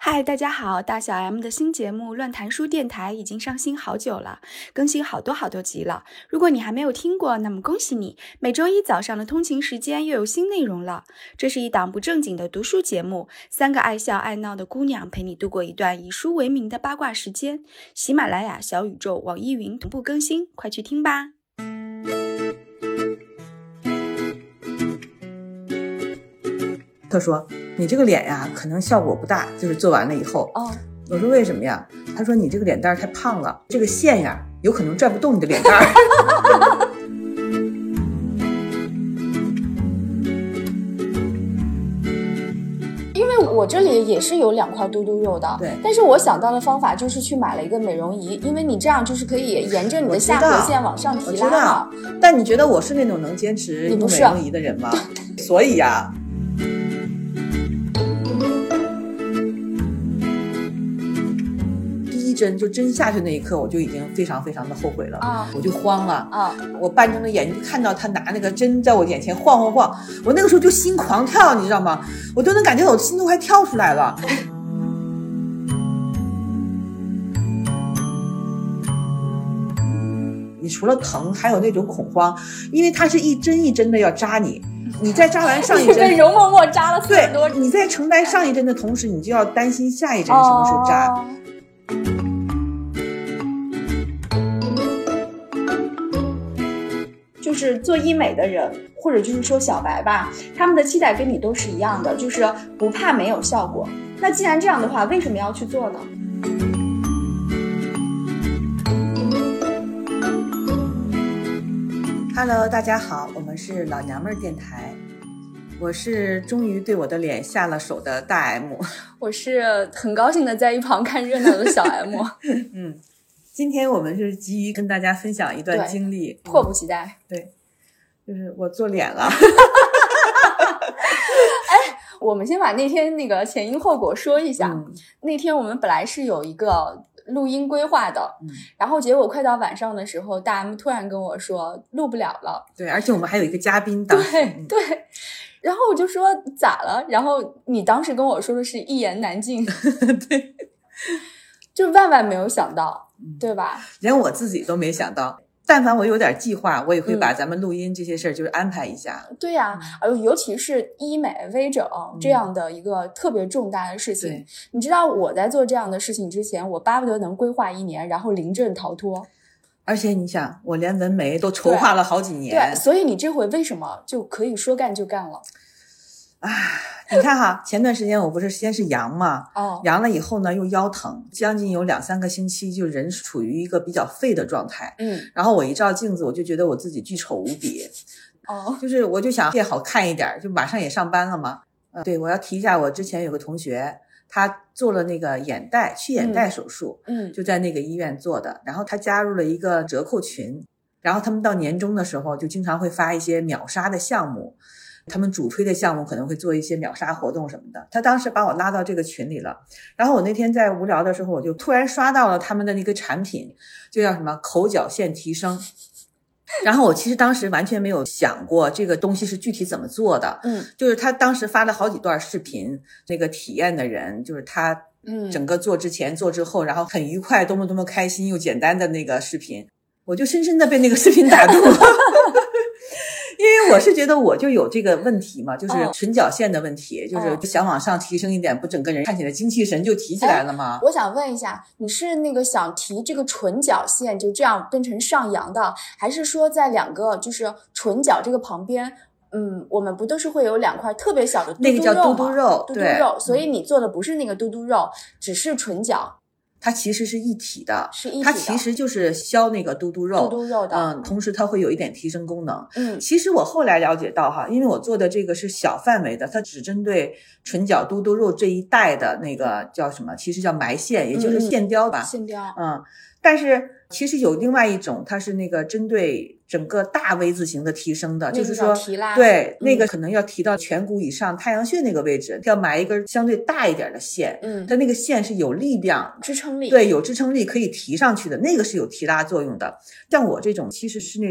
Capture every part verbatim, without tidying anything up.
嗨，大家好，大小 M 的新节目乱谈书电台已经上新好久了，更新好多好多集了。如果你还没有听过，那么恭喜你，每周一早上的通勤时间又有新内容了。这是一档不正经的读书节目，三个爱笑爱闹的姑娘陪你度过一段以书为名的八卦时间。喜马拉雅、小宇宙、网易云同步更新，快去听吧。 他说你这个脸呀可能效果不大，就是做完了以后。 哦， 我说为什么呀？他说你这个脸蛋太胖了，这个线呀有可能拽不动你的脸蛋。 因为我这里也是有两块嘟嘟肉的， 对， 但是我想到的方法就是去买了一个美容仪，因为你这样就是可以沿着你的下颌线往上提拉嘛。 但你觉得我是那种能坚持用美容仪的人吗？所以呀，第一针就针下去那一刻，我就已经非常非常的后悔了啊！我就慌了啊！我半睁着眼睛看到他拿那个针在我眼前晃晃晃，我那个时候就心狂跳，你知道吗？我都能感觉我的心都快跳出来了。你除了疼，还有那种恐慌，因为它是一针一针的要扎你。你再扎完上一针， 被容嬷嬷扎了四十多针。 对，你在承担上一针的同时，你就要担心下一针什么时候扎。哦， 就是做医美的人，或者就是说小白吧，他们的期待跟你都是一样的，就是不怕没有效果。那既然这样的话，为什么要去做呢？ Hello， 大家好，我们是老娘们儿电台，我是终于对我的脸下了手的大 M， 我是很高兴的在一旁看热闹的小 M。 嗯，今天我们是急于跟大家分享一段经历， 迫不及待。 对，就是我做脸了。 哎，我们先把那天那个前因后果说一下。嗯、那天我们本来是有一个录音规划的，嗯，然后结果快到晚上的时候，大 M 突然跟我说录不了了。 对，而且我们还有一个嘉宾当时。 对对，然后我就说咋了？然后你当时跟我说的是一言难尽。 对， 就万万没有想到，对吧？ 连我自己都没想到。但凡我有点计划，我也会把咱们录音这些事儿就是安排一下。 嗯、对呀、啊，尤其是医美微整这样的一个特别重大的事情、嗯、你知道我在做这样的事情之前，我巴不得能规划一年，然后临阵逃脱。 而且你想，我连纹眉都筹划了好几年。 对, 对，所以你这回为什么就可以说干就干了啊？你看哈，前段时间我不是先是阳嘛，哦，阳了以后呢又腰疼，将近有两三个星期，就人处于一个比较废的状态。嗯，然后我一照镜子，我就觉得我自己巨丑无比。哦，就是我就想变好看一点，就马上也上班了嘛。呃，对，我要提一下，我之前有个同学，他做了那个眼袋去眼袋手术，嗯，就在那个医院做的，然后他加入了一个折扣群，然后他们到年终的时候就经常会发一些秒杀的项目。他们主推的项目可能会做一些秒杀活动什么的，他当时把我拉到这个群里了，然后我那天在无聊的时候，我就突然刷到了他们的那个产品，就叫什么口角线提升。然后我其实当时完全没有想过这个东西是具体怎么做的，嗯，就是他当时发了好几段视频，那个体验的人就是他，嗯，整个做之前做之后，然后很愉快，多么多么开心又简单的那个视频，我就深深的被那个视频打动了。因为我是觉得我就有这个问题嘛，就是唇角线的问题，哦，就是想往上提升一点，不整个人看起来精气神就提起来了吗？ 我想问一下，你是那个想提这个唇角线就这样变成上扬的，还是说在两个就是唇角这个旁边，嗯，我们不都是会有两块特别小的嘟嘟肉吗？ 那个叫嘟嘟肉， 嘟嘟肉，所以你做的不是那个嘟嘟肉，只是唇角。 它其实是一体的， 是一体的， 它其实就是消那个嘟嘟肉， 嘟嘟肉的， 嗯，同时它会有一点提升功能。嗯，其实我后来了解到哈，因为我做的这个是小范围的，它只针对唇角嘟嘟肉这一带的那个叫什么，其实叫埋线，也就是线雕吧， 嗯、线雕， 嗯，但是其实有另外一种，它是那个针对整个大 V 字形的提升的， 那就是说提拉， 对、嗯、那个可能要提到颧骨以上太阳穴那个位置，要埋一根相对大一点的线，嗯，它那个线是有力量支撑力， 对，有支撑力可以提上去的，那个是有提拉作用的。像我这种其实是那种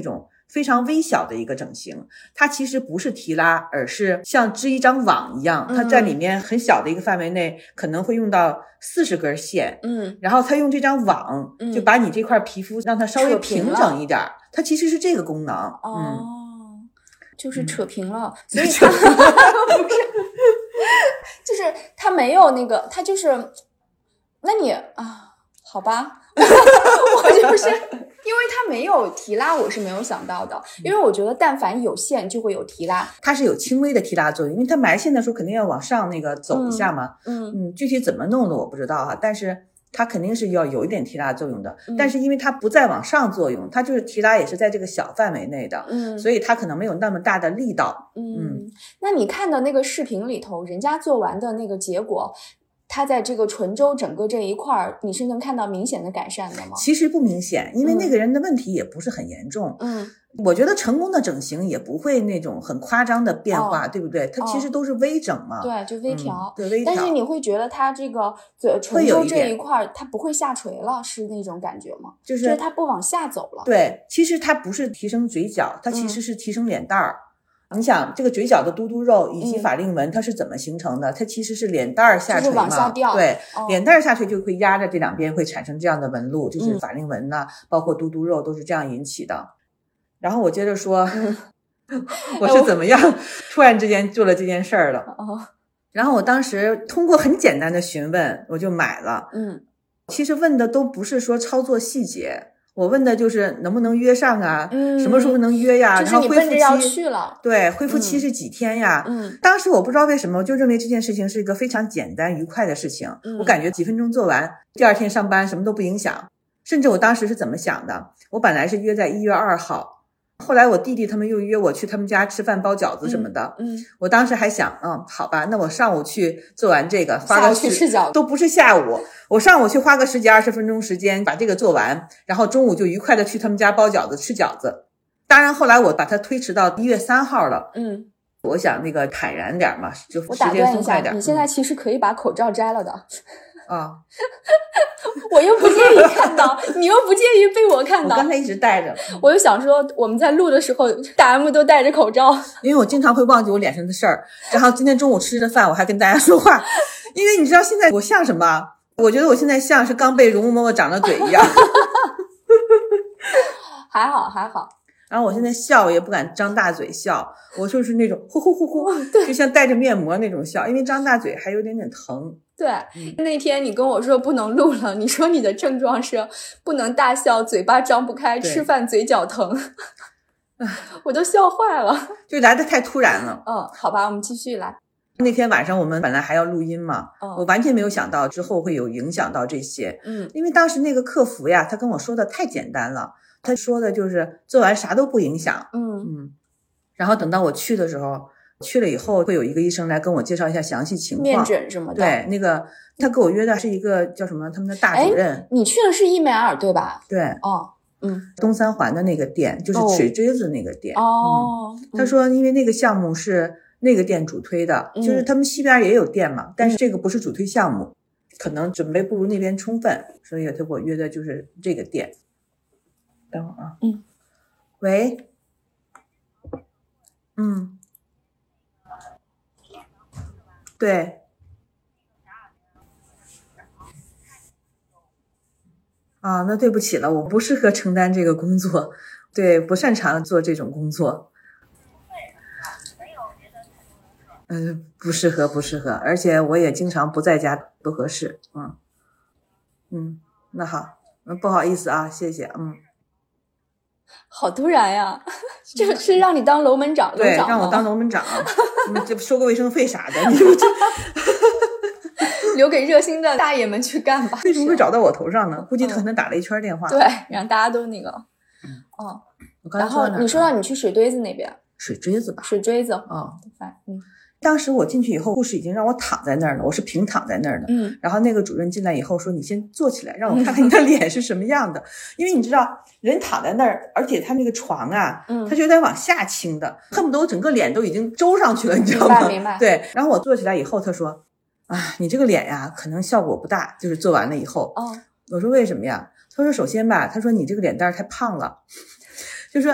非常微小的一个整形，它其实不是提拉，而是像织一张网一样，它在里面很小的一个范围内可能会用到四十根线， 嗯， 然后它用这张网就把你这块皮肤让它稍微平整一点，它其实是这个功能。 哦、 嗯， 就是扯平了，嗯、所以它不是，就是它没有那个，它就是，那你啊，好吧。我就是因为它没有提拉，我是没有想到的，因为我觉得但凡有线就会有提拉， 它是有轻微的提拉作用，因为它埋线的时候肯定要往上那个走一下嘛， 嗯嗯, 嗯，具体怎么弄的我不知道哈，但是它肯定是要有一点提拉作用的，嗯、但是因为它不再往上作用，它就是提拉也是在这个小范围内的， 嗯， 所以它可能没有那么大的力道， 嗯，嗯那你看的那个视频里头，人家做完的那个结果。它在这个唇周整个这一块你是能看到明显的改善的吗？ 其实不明显，因为那个人的问题也不是很严重。 嗯， 我觉得成功的整形也不会那种很夸张的变化，哦、对不对？它其实都是微整嘛。 哦、对，就微调、 嗯。对，微调。 但是你会觉得它这个嘴唇周这一块它不会下垂了，是那种感觉吗？ 就是、 就是它不往下走了。 对，其实它不是提升嘴角，它其实是提升脸蛋儿。嗯你想这个嘴角的嘟嘟肉以及法令纹它是怎么形成的、嗯、它其实是脸蛋儿下垂嘛、 就是、往下掉对、 哦、 脸蛋儿下垂就会压着这两边会产生这样的纹路，就是法令纹呐、啊嗯、包括嘟嘟肉都是这样引起的。然后我接着说、嗯、我是怎么样突然之间做了这件事儿了、 哦、 然后我当时通过很简单的询问我就买了。 嗯， 其实问的都不是说操作细节，我问的就是能不能约上啊、 嗯、 什么时候能约呀、 就是、 然后恢复期要去了对恢复期是几天呀、 嗯、 当时我不知道为什么我就认为这件事情是一个非常简单愉快的事情、嗯、我感觉几分钟做完第二天上班什么都不影响。甚至我当时是怎么想的，我本来是约在一月二号，后来我弟弟他们又约我去他们家吃饭包饺子什么的， 嗯，嗯我当时还想嗯好吧，那我上午去做完这个花个去吃饺子都不是下午，我上午去花个十几二十分钟时间把这个做完，然后中午就愉快的去他们家包饺子吃饺子。当然后来我把它推迟到一月三号了， 嗯， 我想那个坦然点嘛，就我打断一下， 点你现在其实可以把口罩摘了的。 啊、 嗯，我又不介意看到，你又不介意被我看到。 我刚才一直戴着， 我又想说我们在录的时候，大 M 都戴着口罩， 因为我经常会忘记我脸上的事儿。然后今天中午吃的饭，我还跟大家说话，因为你知道现在我像什么？我觉得我现在像是刚被容嬷嬷长了嘴一样。 还好还好。 然后我现在笑也不敢张大嘴笑，我就是那种呼呼呼呼，就像带着面膜那种笑，因为张大嘴还有点点疼。 对、嗯、那天你跟我说不能录了，你说你的症状是不能大笑，嘴巴张不开，吃饭嘴角疼。我都笑坏了， 就来得太突然了。 嗯，好吧，我们继续来。 那天晚上我们本来还要录音嘛、 嗯、 我完全没有想到之后会有影响到这些。 嗯， 因为当时那个客服呀，他跟我说的太简单了，他说的就是做完啥都不影响。 嗯嗯，然后等到我去的时候，去了以后会有一个医生来跟我介绍一下详细情况， 面诊什么的。 对，那个他给我约的是一个叫什么他们的大主任。 你去的是伊美尔对吧？ 对。 哦，嗯， 东三环的那个店，就是水锥子那个店。 哦、 嗯，他说因为那个项目是那个店主推的、嗯、就是他们西边也有店嘛、嗯、但是这个不是主推项目、嗯、可能准备不如那边充分，所以他给我约的就是这个店。等会儿啊。 嗯， 喂。嗯，对。啊，那对不起了，我不适合承担这个工作，对，不擅长做这种工作。嗯、呃，不适合，不适合，而且我也经常不在家，不合适。嗯，嗯，那好，嗯，不好意思啊，谢谢，嗯。 好突然呀，这是让你当楼门长？ 对，让我当楼门长，你这收个卫生费啥的，你就这。 留给热心的大爷们去干吧。 为什么会找到我头上呢？估计他可能打了一圈电话。 对，让大家都那个。 嗯。 哦。 我刚才说然后你说到你去水堆子那边。 水锥子吧。 水锥子。 哦。 嗯。 当时我进去以后，护士已经让我躺在那儿了，我是平躺在那儿的。 嗯。 然后那个主任进来以后说：“你先坐起来，让我看看你的脸是什么样的。嗯”因为你知道，人躺在那儿，而且他那个床啊， 嗯， 他就有点往下倾的，恨不得我整个脸都已经周上去了，你知道吗？ 明白，明白。 对。然后我坐起来以后，他说。啊，你这个脸呀，可能效果不大，就是做完了以后。 哦， 我说为什么呀？他说首先吧，他说你这个脸蛋太胖了，就是说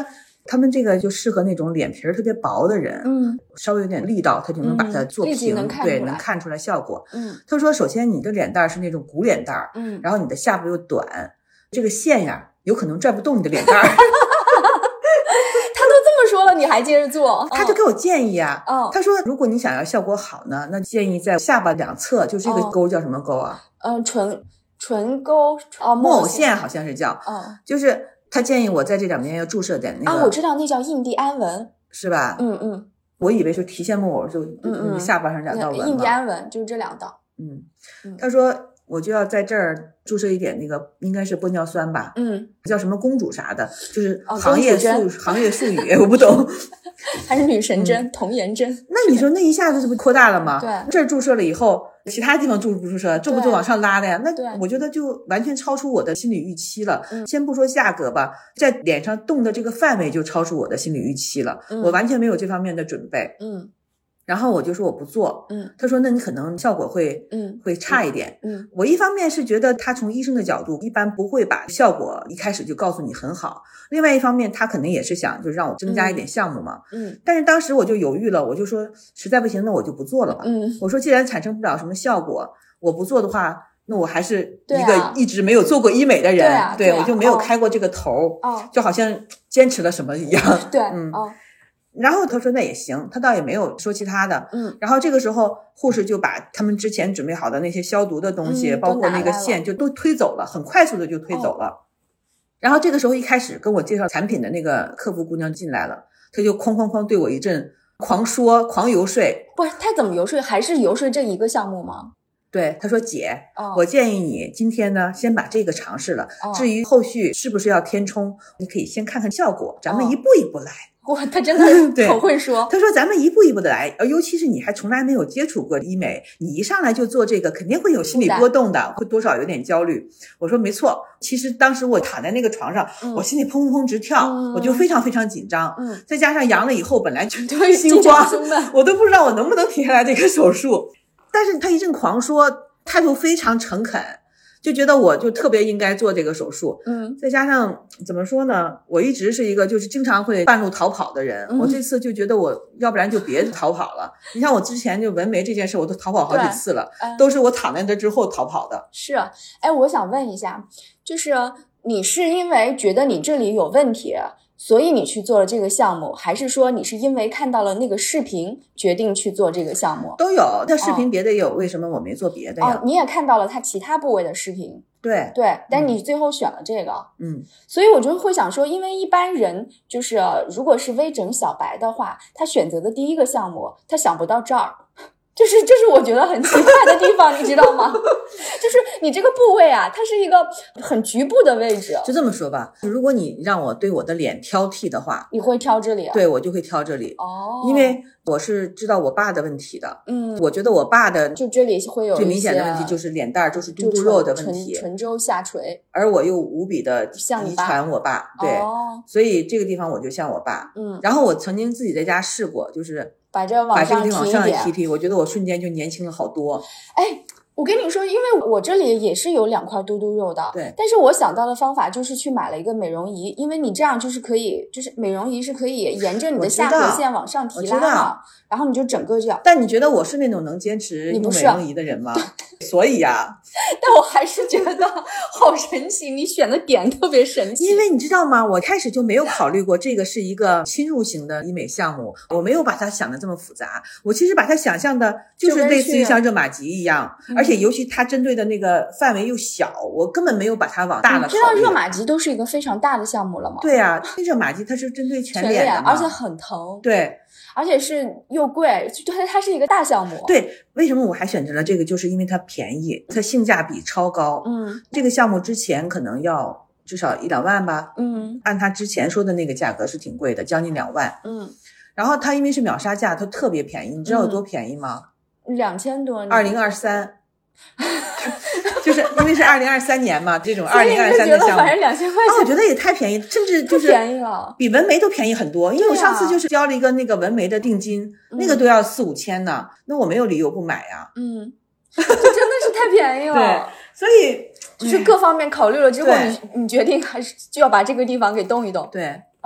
他们这个就适合那种脸皮特别薄的人， 嗯， 稍微有点力道，他就能把它做平， 嗯、能看对，能看出来效果。 嗯， 他说，首先你的脸蛋是那种鼓脸蛋， 嗯， 然后你的下巴又短，这个线呀有可能拽不动你的脸蛋。 他都这么说了，你还接着做？ 他就给我建议啊， 哦、 他说，如果你想要效果好呢，那建议在下巴两侧，就这个沟叫什么沟啊？ 嗯、呃，唇唇沟哦， 木偶线好像是叫， 哦， 就是他建议我在这两边要注射点那个啊，我知道那叫印第安纹， 是吧？ 嗯嗯， 我以为是提线木偶，就嗯嗯下巴上两道纹嘛。 印第安纹就是这两道。 嗯，他说我就要在这儿注射一点那个，应该是玻尿酸吧？ 嗯， 叫什么公主啥的，就是哦、 行业术、哦、行业术语我不懂。 还是女神针、嗯、童颜针？ 那你说那一下子这不扩大了吗？ 对， 这儿注射了以后，其他地方注不注射？这不就往上拉的呀？那我觉得就完全超出我的心理预期了。 嗯、 先不说价格吧，在脸上动的这个范围就超出我的心理预期了。 嗯、 我完全没有这方面的准备。 嗯。 然后我就说我不做， 嗯， 他说那你可能效果会， 嗯， 会差一点， 嗯， 我一方面是觉得他从医生的角度一般不会把效果一开始就告诉你很好，另外一方面他肯定也是想就让我增加一点项目嘛， 嗯， 但是当时我就犹豫了，我就说实在不行那我就不做了吧， 嗯， 我说既然产生不了什么效果，我不做的话，那我还是一啊、 个一直没有做过医美的人， 对、啊对、 啊、 我就没有开过这个头， 哦， 就好像坚持了什么一样， 对， 嗯， 哦。 然后他说那也行，他倒也没有说其他的， 嗯， 然后这个时候护士就把他们之前准备好的那些消毒的东西， 嗯、 包括那个线就都推走了，很快速的就推走了。 哦、 然后这个时候一开始跟我介绍产品的那个客服姑娘进来了，她就哐哐哐对我一阵狂说狂游说。 不是，她怎么游说？还是游说这一个项目吗？ 对，他说姐、 哦、 我建议你今天呢先把这个尝试了、哦、至于后续是不是要填充，你可以先看看效果，咱们一步一步来。 哇，他真的好会说。 他说咱们一步一步的来，尤其是你还从来没有接触过医美，你一上来就做这个肯定会有心理波动的，会多少有点焦虑。我说没错，其实当时我躺在那个床上、 嗯、 我心里砰砰砰直跳、 嗯、 我就非常非常紧张、 嗯、 再加上阳了以后本来就心慌，我都不知道我能不能停下来这个手术。但是他一阵狂说，态度非常诚恳，就觉得我就特别应该做这个手术。 嗯， 再加上怎么说呢，我一直是一个就是经常会半路逃跑的人、 嗯、 我这次就觉得我要不然就别逃跑了。你像我之前就纹眉这件事我都逃跑好几次了、嗯、都是我躺在这之后逃跑的。 是，哎，我想问一下，就是你是因为觉得你这里有问题所以你去做了这个项目，还是说你是因为看到了那个视频决定去做这个项目？ 都有，那视频别的也有、哦、为什么我没做别的呀？ 哦，你也看到了他其他部位的视频。 对对，但你最后选了这个。 嗯， 所以我就会想说，因为一般人就是如果是微整小白的话，他选择的第一个项目他想不到这儿，就是这是我觉得很奇怪的地方，你知道吗？就是你这个部位啊，它是一个很局部的位置。 就这么说吧，如果你让我对我的脸挑剔的话， 你会挑这里啊？ 对，我就会挑这里。 哦， 因为我是知道我爸的问题的。 嗯， 我觉得我爸的就这里会有最明显的问题就是脸蛋就是嘟嘟肉的问题， 唇唇周下垂， 而我又无比的遗传我爸，对、 哦， 所以这个地方我就像我爸。 嗯， 然后我曾经自己在家试过，就是把这往上提一点， 把这个地方往上提提，我觉得我瞬间就年轻了好多。 哎，我跟你说，因为我这里也是有两块嘟嘟肉的， 对。 但是我想到的方法就是去买了一个美容仪，因为你这样就是可以，就是美容仪是可以沿着你的下颌线往上提拉嘛，然后你就整个这样。 但你觉得我是那种能坚持用美容仪的人吗？所以呀、啊， 但我还是觉得好神奇，你选的点特别神奇。 因为你知道吗？我开始就没有考虑过这个是一个侵入型的医美项目，我没有把它想的这么复杂。我其实把它想象的就是类似于像热玛吉一样，而且尤其它针对的那个范围又小，我根本没有把它往大了考虑。 你知道热玛吉都是一个非常大的项目了吗？ 对啊，热玛吉它是针对全脸的嘛， 而且很疼。 对。 而且是又贵，对，它是一个大项目。 对，为什么我还选择了这个？就是因为它便宜，它性价比超高。 嗯， 这个项目之前可能要至少一两万吧。 嗯， 按他之前说的那个价格是挺贵的，将近两万。 嗯， 然后它因为是秒杀价，它特别便宜。你知道有多便宜吗？ 两千多。 二零二三。就是因为是二零二三年嘛，这种二零二三的项目， 反正两千块钱、 哦，我觉得也太便宜，甚至就是便宜了， 比纹眉都便宜很多。因为我上次就是交了一个那个纹眉的定金， 嗯、 那个都要四五千呢，那我没有理由不买呀。 嗯，这真的是太便宜了。 对，所以就是各方面考虑了之后，你你决定还是就要把这个地方给动一动。 对。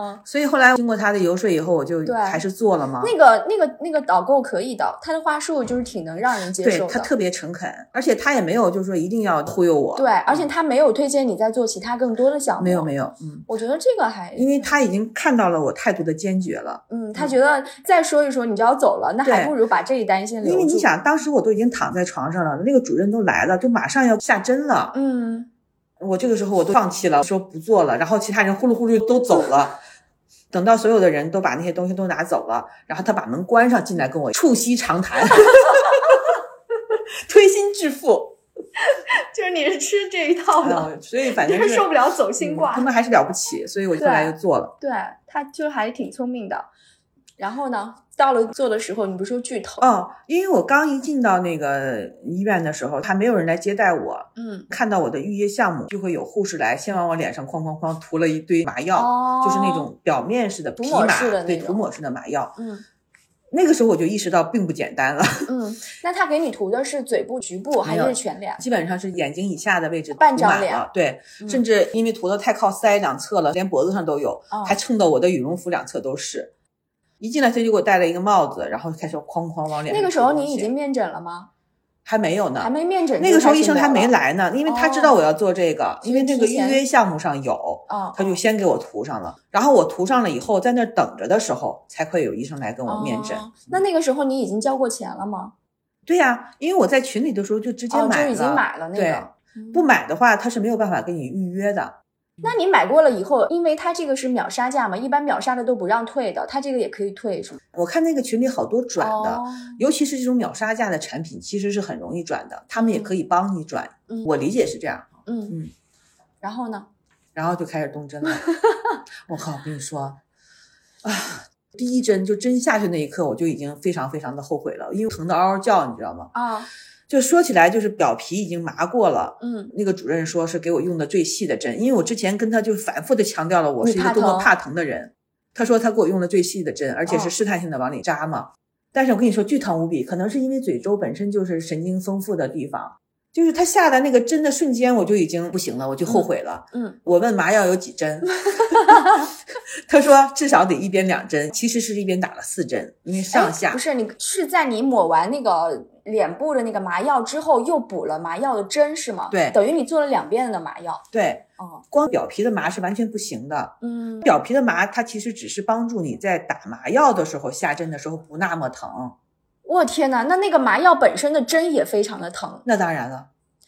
嗯， 所以后来经过他的游说以后，我就还是做了嘛。 那个那个那个导购可以的，他的话术就是挺能让人接受的。 对，他特别诚恳，而且他也没有就是说一定要忽悠我。 对，而且他没有推荐你再做其他更多的项目。 没有没有，嗯， 我觉得这个还因为他已经看到了我态度的坚决了。 嗯，他觉得再说一说你就要走了，那还不如把这一单先留住。 因为你想，当时我都已经躺在床上了，那个主任都来了，就马上要下针了。 嗯。 我这个时候我都放弃了，说不做了，然后其他人呼噜呼噜都走了。等到所有的人都把那些东西都拿走了，然后他把门关上进来跟我促膝长谈推心置腹， 就是你是吃这一套的、 嗯、所以反正是, 是受不了走心挂、 嗯、他们还是了不起，所以我后来就做了。 对，对他就还挺聪明的。然后呢，到了做的时候，你不是说剧疼？ 哦，因为我刚一进到那个医院的时候，还没有人来接待我。 嗯， 看到我的预约项目，就会有护士来，先往我脸上哐哐哐涂了一堆麻药， 哦、 就是那种表面式的皮麻，对，涂抹式的麻药。 嗯， 那个时候我就意识到并不简单了。 嗯，那他给你涂的是嘴部局部还是全脸？ 基本上是眼睛以下的位置， 半张脸。 对、嗯，甚至因为涂的太靠腮两侧了，连脖子上都有， 哦、 还蹭到我的羽绒服两侧都是。一进来他就给我戴了一个帽子，然后开始哐哐往脸上。 那个时候你已经面诊了吗？ 还没有呢， 还没面诊。 那个时候医生还没来呢，因为他知道我要做这个， 哦、 因为那个预约项目上有， 哦、 他就先给我涂上了。然后我涂上了以后，在那等着的时候，才会有医生来跟我面诊。 哦、那那个时候你已经交过钱了吗？ 对呀、啊，因为我在群里的时候就直接买了， 哦、就已经买了那个。 对，嗯、不买的话他是没有办法给你预约的。 那你买过了以后，因为它这个是秒杀价嘛，一般秒杀的都不让退的，它这个也可以退是吗？ 我看那个群里好多转的、 哦、 尤其是这种秒杀价的产品其实是很容易转的，他们也可以帮你转、 嗯、 我理解是这样。 嗯嗯，然后呢？ 然后就开始动针了。我靠，我跟你说啊，第一针就针下去那一刻我就已经非常非常的后悔了，因为疼得嗷嗷叫，你知道吗？ 啊， 就说起来就是表皮已经麻过了。 嗯， 那个主任说是给我用的最细的针，因为我之前跟他就反复的强调了我是一个多么怕疼的人。他说他给我用了最细的针，而且是试探性的往里扎嘛、哦、但是我跟你说巨疼无比，可能是因为嘴周本身就是神经丰富的地方，就是他下的那个针的瞬间我就已经不行了，我就后悔了。 嗯，嗯我问麻药有几针他说至少得一边两针，其实是一边打了四针，因为上下。 不是，你是在你抹完那个脸部的那个麻药之后又补了麻药的针是吗？ 对， 等于你做了两遍的麻药。 对， 哦， 光表皮的麻是完全不行的。 嗯， 表皮的麻它其實只是幫助你在打麻藥的時候下針的時候不那麼疼。 我天哪，那那個麻藥本身的針也非常的疼。 那當然了。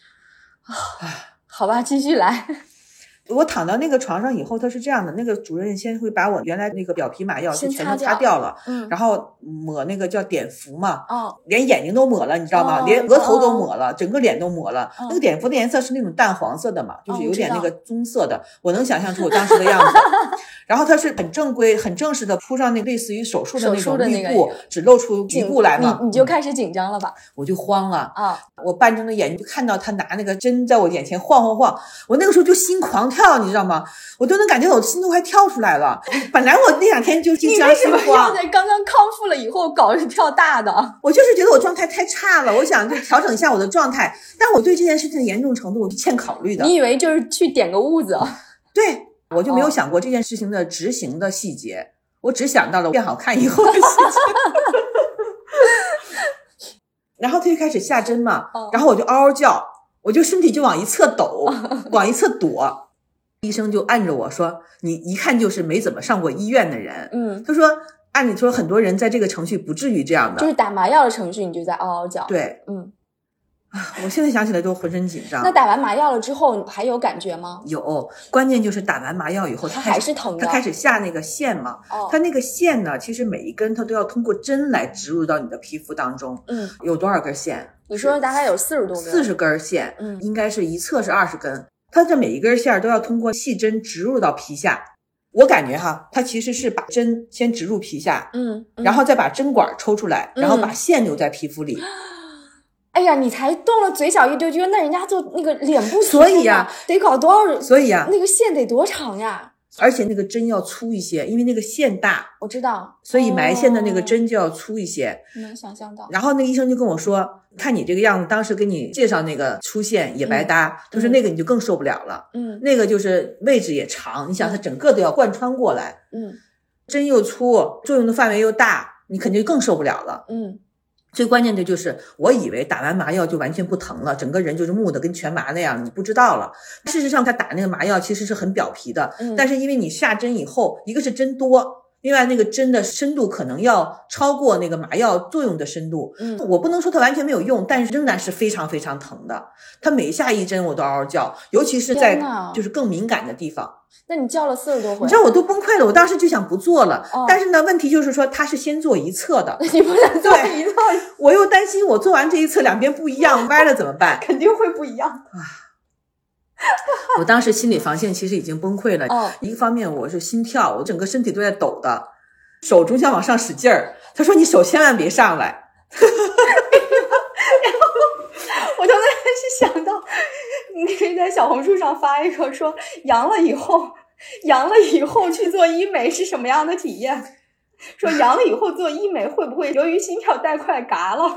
好吧，繼續來。 我躺到那个床上以后，他是这样的，那个主任先会把我原来那个表皮麻药就全都擦掉了， 嗯， 然后抹那个叫碘伏嘛， 哦， 连眼睛都抹了，你知道吗？哦、连额头都抹了，哦、整个脸都抹了。 哦、 那个碘伏的颜色是那种淡黄色的嘛，就是有点那个棕色的，哦、我, 我能想象出我当时的样子。然后他是很正规、很正式的铺上那类似于手术的那种绿布，只露出局部来嘛。 你你就开始紧張了吧？ 我就慌了啊！ 我半睁着眼睛就看到他拿那个针在我眼前晃晃晃，我那个时候就心狂跳，你知道吗？我都能感觉到我心都快跳出来了。本来我那两天就经常心慌。 你为什么要在刚刚康复了以后搞跳大的？ 我就是觉得我状态太差了，我想就调整一下我的状态。但我对这件事情的严重程度我是欠考虑的。 你以为就是去点个痦子？ 对，我就没有想过这件事情的执行的细节，哦、我只想到了变好看以后的事情。然后他就开始下针嘛， 哦、 然后我就嗷嗷叫，我就身体就往一侧抖，哦、往一侧躲。医生就按着我说，你一看就是没怎么上过医院的人。 嗯， 他说按理说很多人在这个程序不至于这样的， 就是打麻药的程序你就在嗷嗷叫。 对， 嗯， 我现在想起来都浑身紧张。 那打完麻药了之后还有感觉吗？ 有，关键就是打完麻药以后它还是疼的， 他开始下那个线嘛。 哦， 他那个线呢，其实每一根它都要通过针来植入到你的皮肤当中。 嗯， 有多少根线？ 你说大概有四十多根， 四十根线。 嗯， 应该是一侧是二十根。它这每一根线都要通过细针植入到皮下，我感觉哈，它其实是把针先植入皮下， 嗯，嗯然后再把针管抽出来， 嗯、 然后把线留在皮肤里。 哎呀，你才动了嘴角一丢丢，那人家做那个脸部， 所以呀、啊， 得搞多少？ 所以呀、啊， 那个线得多长呀？ 而且那个针要粗一些，因为那个线大， 我知道， 所以埋线的那个针就要粗一些。 能想象到。 然后那个医生就跟我说，看你这个样子，当时给你介绍那个粗线也白搭，他、嗯、说那个你就更受不了了。 嗯， 那个就是位置也长，你想它整个都要贯穿过来。 嗯， 针又粗，作用的范围又大，你肯定更受不了了。 嗯。 最关键的就是我以为打完麻药就完全不疼了，整个人就是木的跟全麻那样，你不知道了。事实上他打那个麻药其实是很表皮的、 嗯、 但是因为你下针以后，一个是针多，另外那个针的深度可能要超过那个麻药作用的深度。 嗯， 我不能说它完全没有用，但是仍然是非常非常疼的。它每下一针我都嗷嗷叫，尤其是在就是更敏感的地方。 那你叫了四十多回， 你知道我都崩溃了，我当时就想不做了、 哦、 但是呢问题就是说他是先做一侧的， 你不能做一侧， 我又担心我做完这一侧两边不一样歪了怎么办？ 肯定会不一样啊！我当时心理防线其实已经崩溃了、 哦、 一个方面我是心跳，我整个身体都在抖的，手中想往上使劲儿，他说你手千万别上来然后我当时想到你可以在小红书上发一个说阳了以后阳了以后去做医美是什么样的体验，说阳了以后做医美会不会由于心跳太快嘎了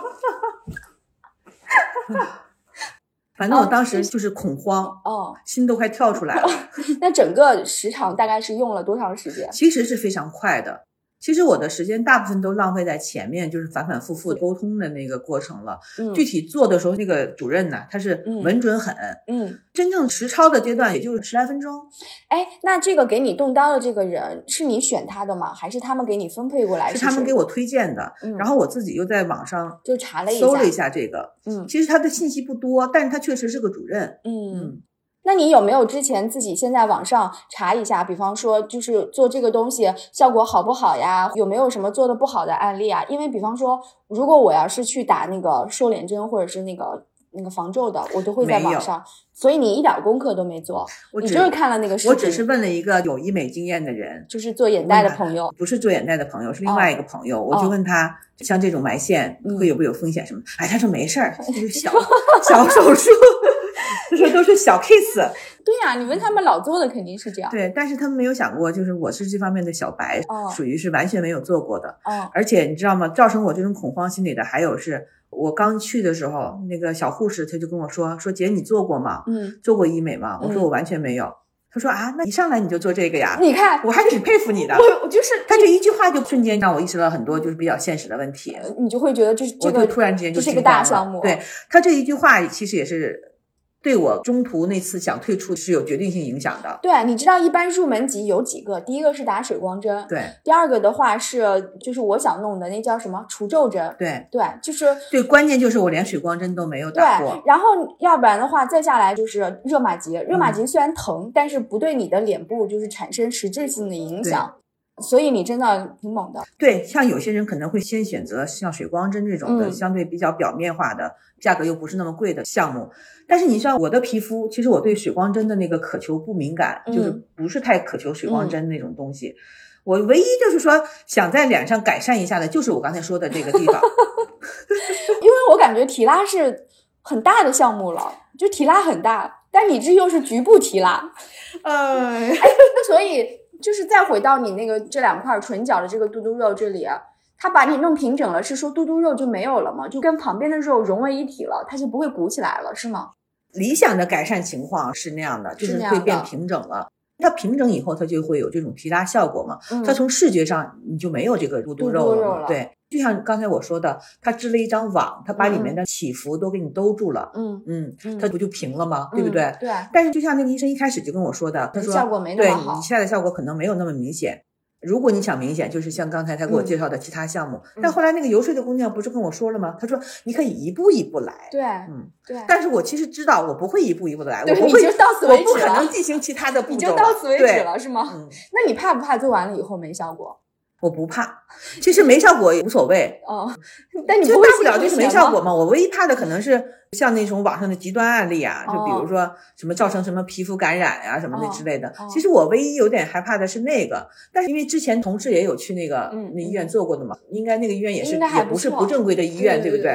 反正我当时就是恐慌哦， 心都快跳出来了那整个时长大概是用了多长时间？ 其实是非常快的，其实我的时间大部分都浪费在前面，就是反反复复沟通的那个过程了。 嗯， 具体做的时候，那个主任呢，他是稳准狠。 嗯， 真正实操的阶段也就是十来分钟。 哎，那这个给你动刀的这个人是你选他的吗？还是他们给你分配过来？ 是他们给我推荐的。 嗯， 然后我自己又在网上就查了一下， 搜了一下这个。 嗯， 其实他的信息不多，但是他确实是个主任。 嗯。 嗯， 那你有没有之前自己先在网上查一下，比方说就是做这个东西效果好不好呀？有没有什么做的不好的案例啊？因为比方说如果我要是去打那个瘦脸针或者是那个那个防皱的，我都会在网上，所以你一点功课都没做，你就是看了那个视频。 我只是问了一个有医美经验的人， 就是做眼袋的朋友， 不是做眼袋的朋友，是另外一个朋友，哦、我就问他、哦、像这种埋线会有没有风险什么、嗯、哎，他说没事儿，就是小小手术他说都是小 case。 对呀、啊，你问他们老做的肯定是这样。 对，但是他们没有想过就是我是这方面的小白、 哦、 属于是完全没有做过的。 哦， 而且你知道吗，造成我这种恐慌心理的还有是我刚去的时候，那个小护士他就跟我说说姐你做过吗？ 嗯， 做过医美吗？我说我完全没有。嗯，他说啊，那一上来你就做这个呀？ 你看， 我还挺佩服你的。 我就是他这一句话就瞬间让我意识到很多就是比较现实的问题。 你就会觉得这这个我就突然之间就这是一个大项目。 对，他这一句话其实也是对我中途那次想退出是有决定性影响的。 对，你知道一般入门级有几个？第一个是打水光针， 对。 第二个的话是就是我想弄的那叫什么除皱针， 对对，就是对，关键就是我连水光针都没有打过。 对，然后要不然的话再下来就是热玛吉，热玛吉虽然疼、嗯、但是不对你的脸部就是产生实质性的影响。所以你真的挺猛的。 对，像有些人可能会先选择像水光针这种的、嗯、相对比较表面化的价格又不是那么贵的项目，但是你像我的皮肤，其实我对水光针的那个渴求不敏感、嗯、就是不是太渴求水光针那种东西、嗯、我唯一就是说想在脸上改善一下的就是我刚才说的这个地方因为我感觉提拉是很大的项目了，就提拉很大，但你这又是局部提拉呃， 哎，那所以就是再回到你那个这两块唇角的这个嘟嘟肉这里啊，它把你弄平整了，是说嘟嘟肉就没有了吗？就跟旁边的肉融为一体了，它就不会鼓起来了，是吗？ 理想的改善情况是那样的，就是会变平整了。它平整以后，它就会有这种提拉效果嘛。嗯、它从视觉上你就没有这个嘟嘟肉了嘛。 嘟嘟肉了对，就像刚才我说的，它织了一张网，它把里面的起伏都给你兜住了。 嗯嗯，它不就平了吗？嗯、对不对？ 对。 但是就像那个医生一开始就跟我说的，他说效果没那么好， 对你现在的效果可能没有那么明显。如果你想明显，就是像刚才他给我介绍的其他项目、嗯、但后来那个游说的姑娘不是跟我说了吗？她说你可以一步一步来。 对， 嗯， 对。 但是我其实知道我不会一步一步的来， 对， 我不会， 你就到此为止了， 我不可能进行其他的步骤， 你就到此为止了是吗？ 嗯， 那你怕不怕做完了以后没效果？ 我不怕，其实没效果也无所谓。 哦，但你不会大不了就是没效果嘛。我唯一怕的可能是像那种网上的极端案例啊， 哦、 就比如说什么造成什么皮肤感染啊什么的之类的、 哦。 其实我唯一有点害怕的是那个，但是因为之前同事也有去那个、 嗯、 那医院做过的嘛，应该那个医院也是也不是不正规的医院， 对不对？ 对对对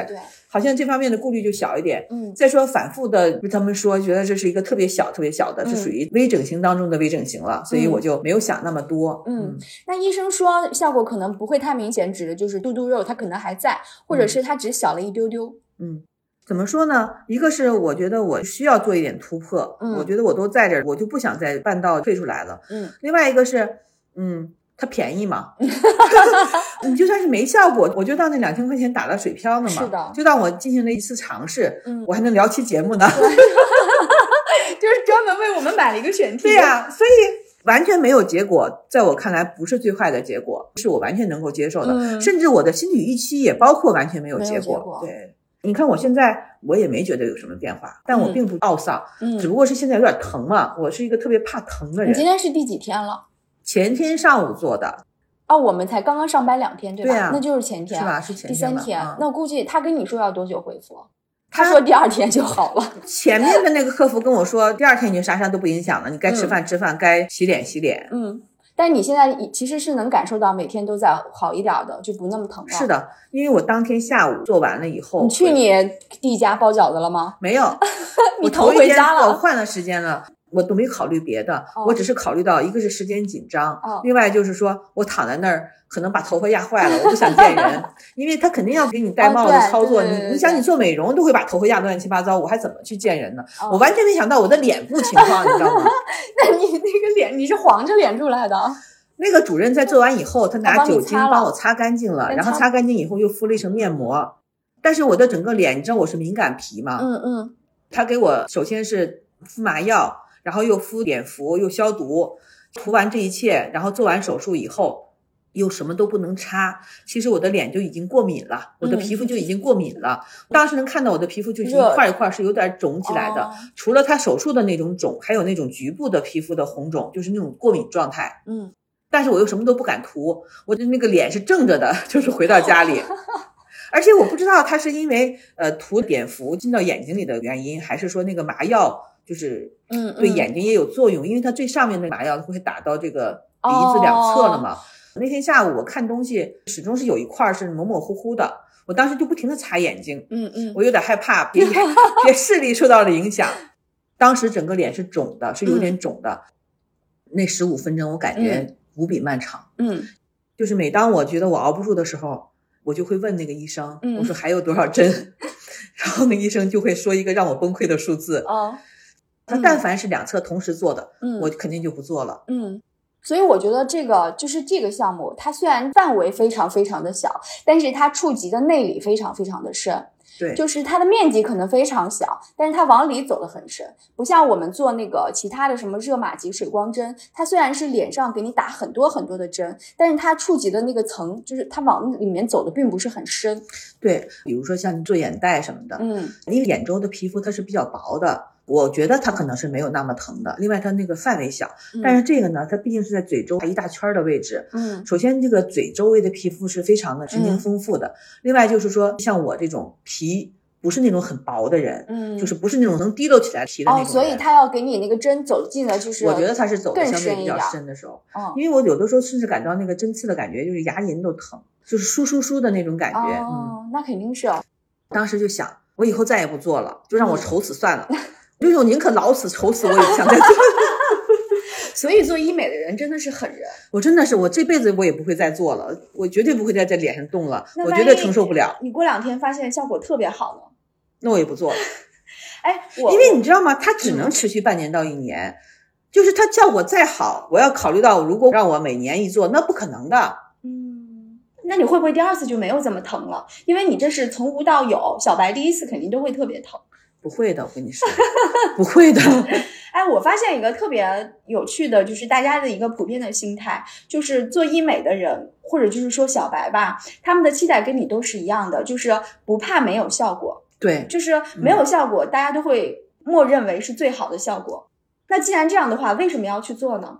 好像这方面的顾虑就小一点。嗯，再说反复的，他们说觉得这是一个特别小、特别小的，是属于微整形当中的微整形了，嗯、所以我就没有想那么多。 嗯，嗯那医生说效果可能不会太明显，指的就是肚肚肉它可能还在，或者是它只小了一丢丢。 嗯。怎么说呢？一个是我觉得我需要做一点突破，嗯，我觉得我都在这儿，我就不想再半道退出来了。嗯，另外一个是，嗯，它便宜嘛，你就算是没效果，我就当那两千块钱打了水漂呢嘛， 是的， 就当我进行了一次尝试，嗯，我还能聊期节目呢， 就是专门为我们买了一个选题。 对呀、啊，所以完全没有结果，在我看来不是最坏的结果，是我完全能够接受的，嗯、甚至我的心理预期也包括完全没有结果。 没有结果对。你看我现在我也没觉得有什么变化，但我并不懊丧，嗯，只不过是现在有点疼嘛。我是一个特别怕疼的人。 你今天是第几天了？ 前天上午做的。 哦，我们才刚刚上班两天，对吧？ 对啊， 那就是前天， 是吧？是前天， 第三天。 嗯、 那我估计他跟你说要多久恢复？他说第二天就好了。 前面的那个客服跟我说，第二天你就啥啥都不影响了，你该吃饭吃饭，嗯、该洗脸洗脸。 嗯。但是你现在其实是能感受到每天都在好一点的，就不那么疼了。 是的，因为我当天下午做完了以后， 你去你弟家包饺子了吗？ 没有， 你头回家了， 我换了时间了，我都没考虑别的，哦、我只是考虑到一个是时间紧张，哦、另外就是说我躺在那儿可能把头发压坏了，我不想见人，因为他肯定要给你戴帽子操作， 哦、你你想你做美容都会把头发压得乱七八糟，我还怎么去见人呢？哦、我完全没想到我的脸部情况，你知道吗？ 那你那个脸你是黄着脸出来的？ 那个主任在做完以后，他拿酒精帮我擦干净了，然后擦干净以后又敷了一层面膜。但是我的整个脸，你知道我是敏感皮吗？ 嗯嗯。 他给我首先是敷麻药，然后又敷碘伏，又消毒。涂完这一切，然后做完手术以后，又什么都不能擦。其实我的脸就已经过敏了，我的皮肤就已经过敏了。嗯、当时能看到我的皮肤就是一块一块是有点肿起来的，哦、除了他手术的那种肿，还有那种局部的皮肤的红肿，就是那种过敏状态。 嗯。 但是我又什么都不敢涂，我的那个脸是正着的，就是回到家里，而且我不知道它是因为呃涂碘伏进到眼睛里的原因，还是说那个麻药就是嗯对眼睛也有作用，嗯嗯因为它最上面的麻药会打到这个鼻子两侧了嘛。哦、那天下午我看东西始终是有一块是模模糊糊的，我当时就不停地擦眼睛， 嗯嗯， 我有点害怕别别视力受到了影响，当时整个脸是肿的，是有点肿的，嗯、那十五分钟我感觉。嗯无比漫长， 嗯， 就是每当我觉得我熬不住的时候，我就会问那个医生，嗯、我说还有多少针，然后那医生就会说一个让我崩溃的数字， 哦， 他但凡是两侧同时做的，嗯，我肯定就不做了， 嗯，所以我觉得这个就是这个项目，它虽然范围非常非常的小，但是它触及的内里非常非常的深。 对， 就是它的面积可能非常小，但是它往里走得很深，不像我们做那个其他的什么热玛吉、水光针，它虽然是脸上给你打很多很多的针，但是它触及的那个层，就是它往里面走的并不是很深。 对，比如说像你做眼袋什么的，嗯，因为眼周的皮肤它是比较薄的，我觉得它可能是没有那么疼的。另外它那个范围小，嗯、但是这个呢，它毕竟是在嘴周一大圈的位置，嗯，首先这个嘴周围的皮肤是非常的神经丰富的，嗯、另外就是说像我这种皮不是那种很薄的人，嗯，就是不是那种能滴漏起来皮的那种人。 哦，所以他要给你那个针走进的，就是我觉得他是走的相对比较深的时候，哦，因为我有的时候甚至感到那个针刺的感觉，就是牙龈都疼，就是疏疏疏的那种感觉。 哦，嗯、那肯定是。 当时就想，我以后再也不做了，就让我愁死算了，嗯、就是我宁可老死愁死，我也不想再做。 所以做医美的人真的是狠人， 我真的是，我这辈子我也不会再做了，我绝对不会再在脸上动了，我绝对承受不了。 你过两天发现效果特别好呢？ 那我也不做了。 哎，我因为你知道吗？它只能持续半年到一年，嗯、就是它效果再好，我要考虑到如果让我每年一做，那不可能的。 嗯，那你会不会第二次就没有这么疼了？因为你这是从无到有，小白第一次肯定都会特别疼。 不会的，我跟你说，不会的。 哎，我发现一个特别有趣的，就是大家的一个普遍的心态，就是做医美的人，或者就是说小白吧，他们的期待跟你都是一样的，就是不怕没有效果。 对， 就是没有效果，嗯、大家都会默认为是最好的效果。那既然这样的话，为什么要去做呢？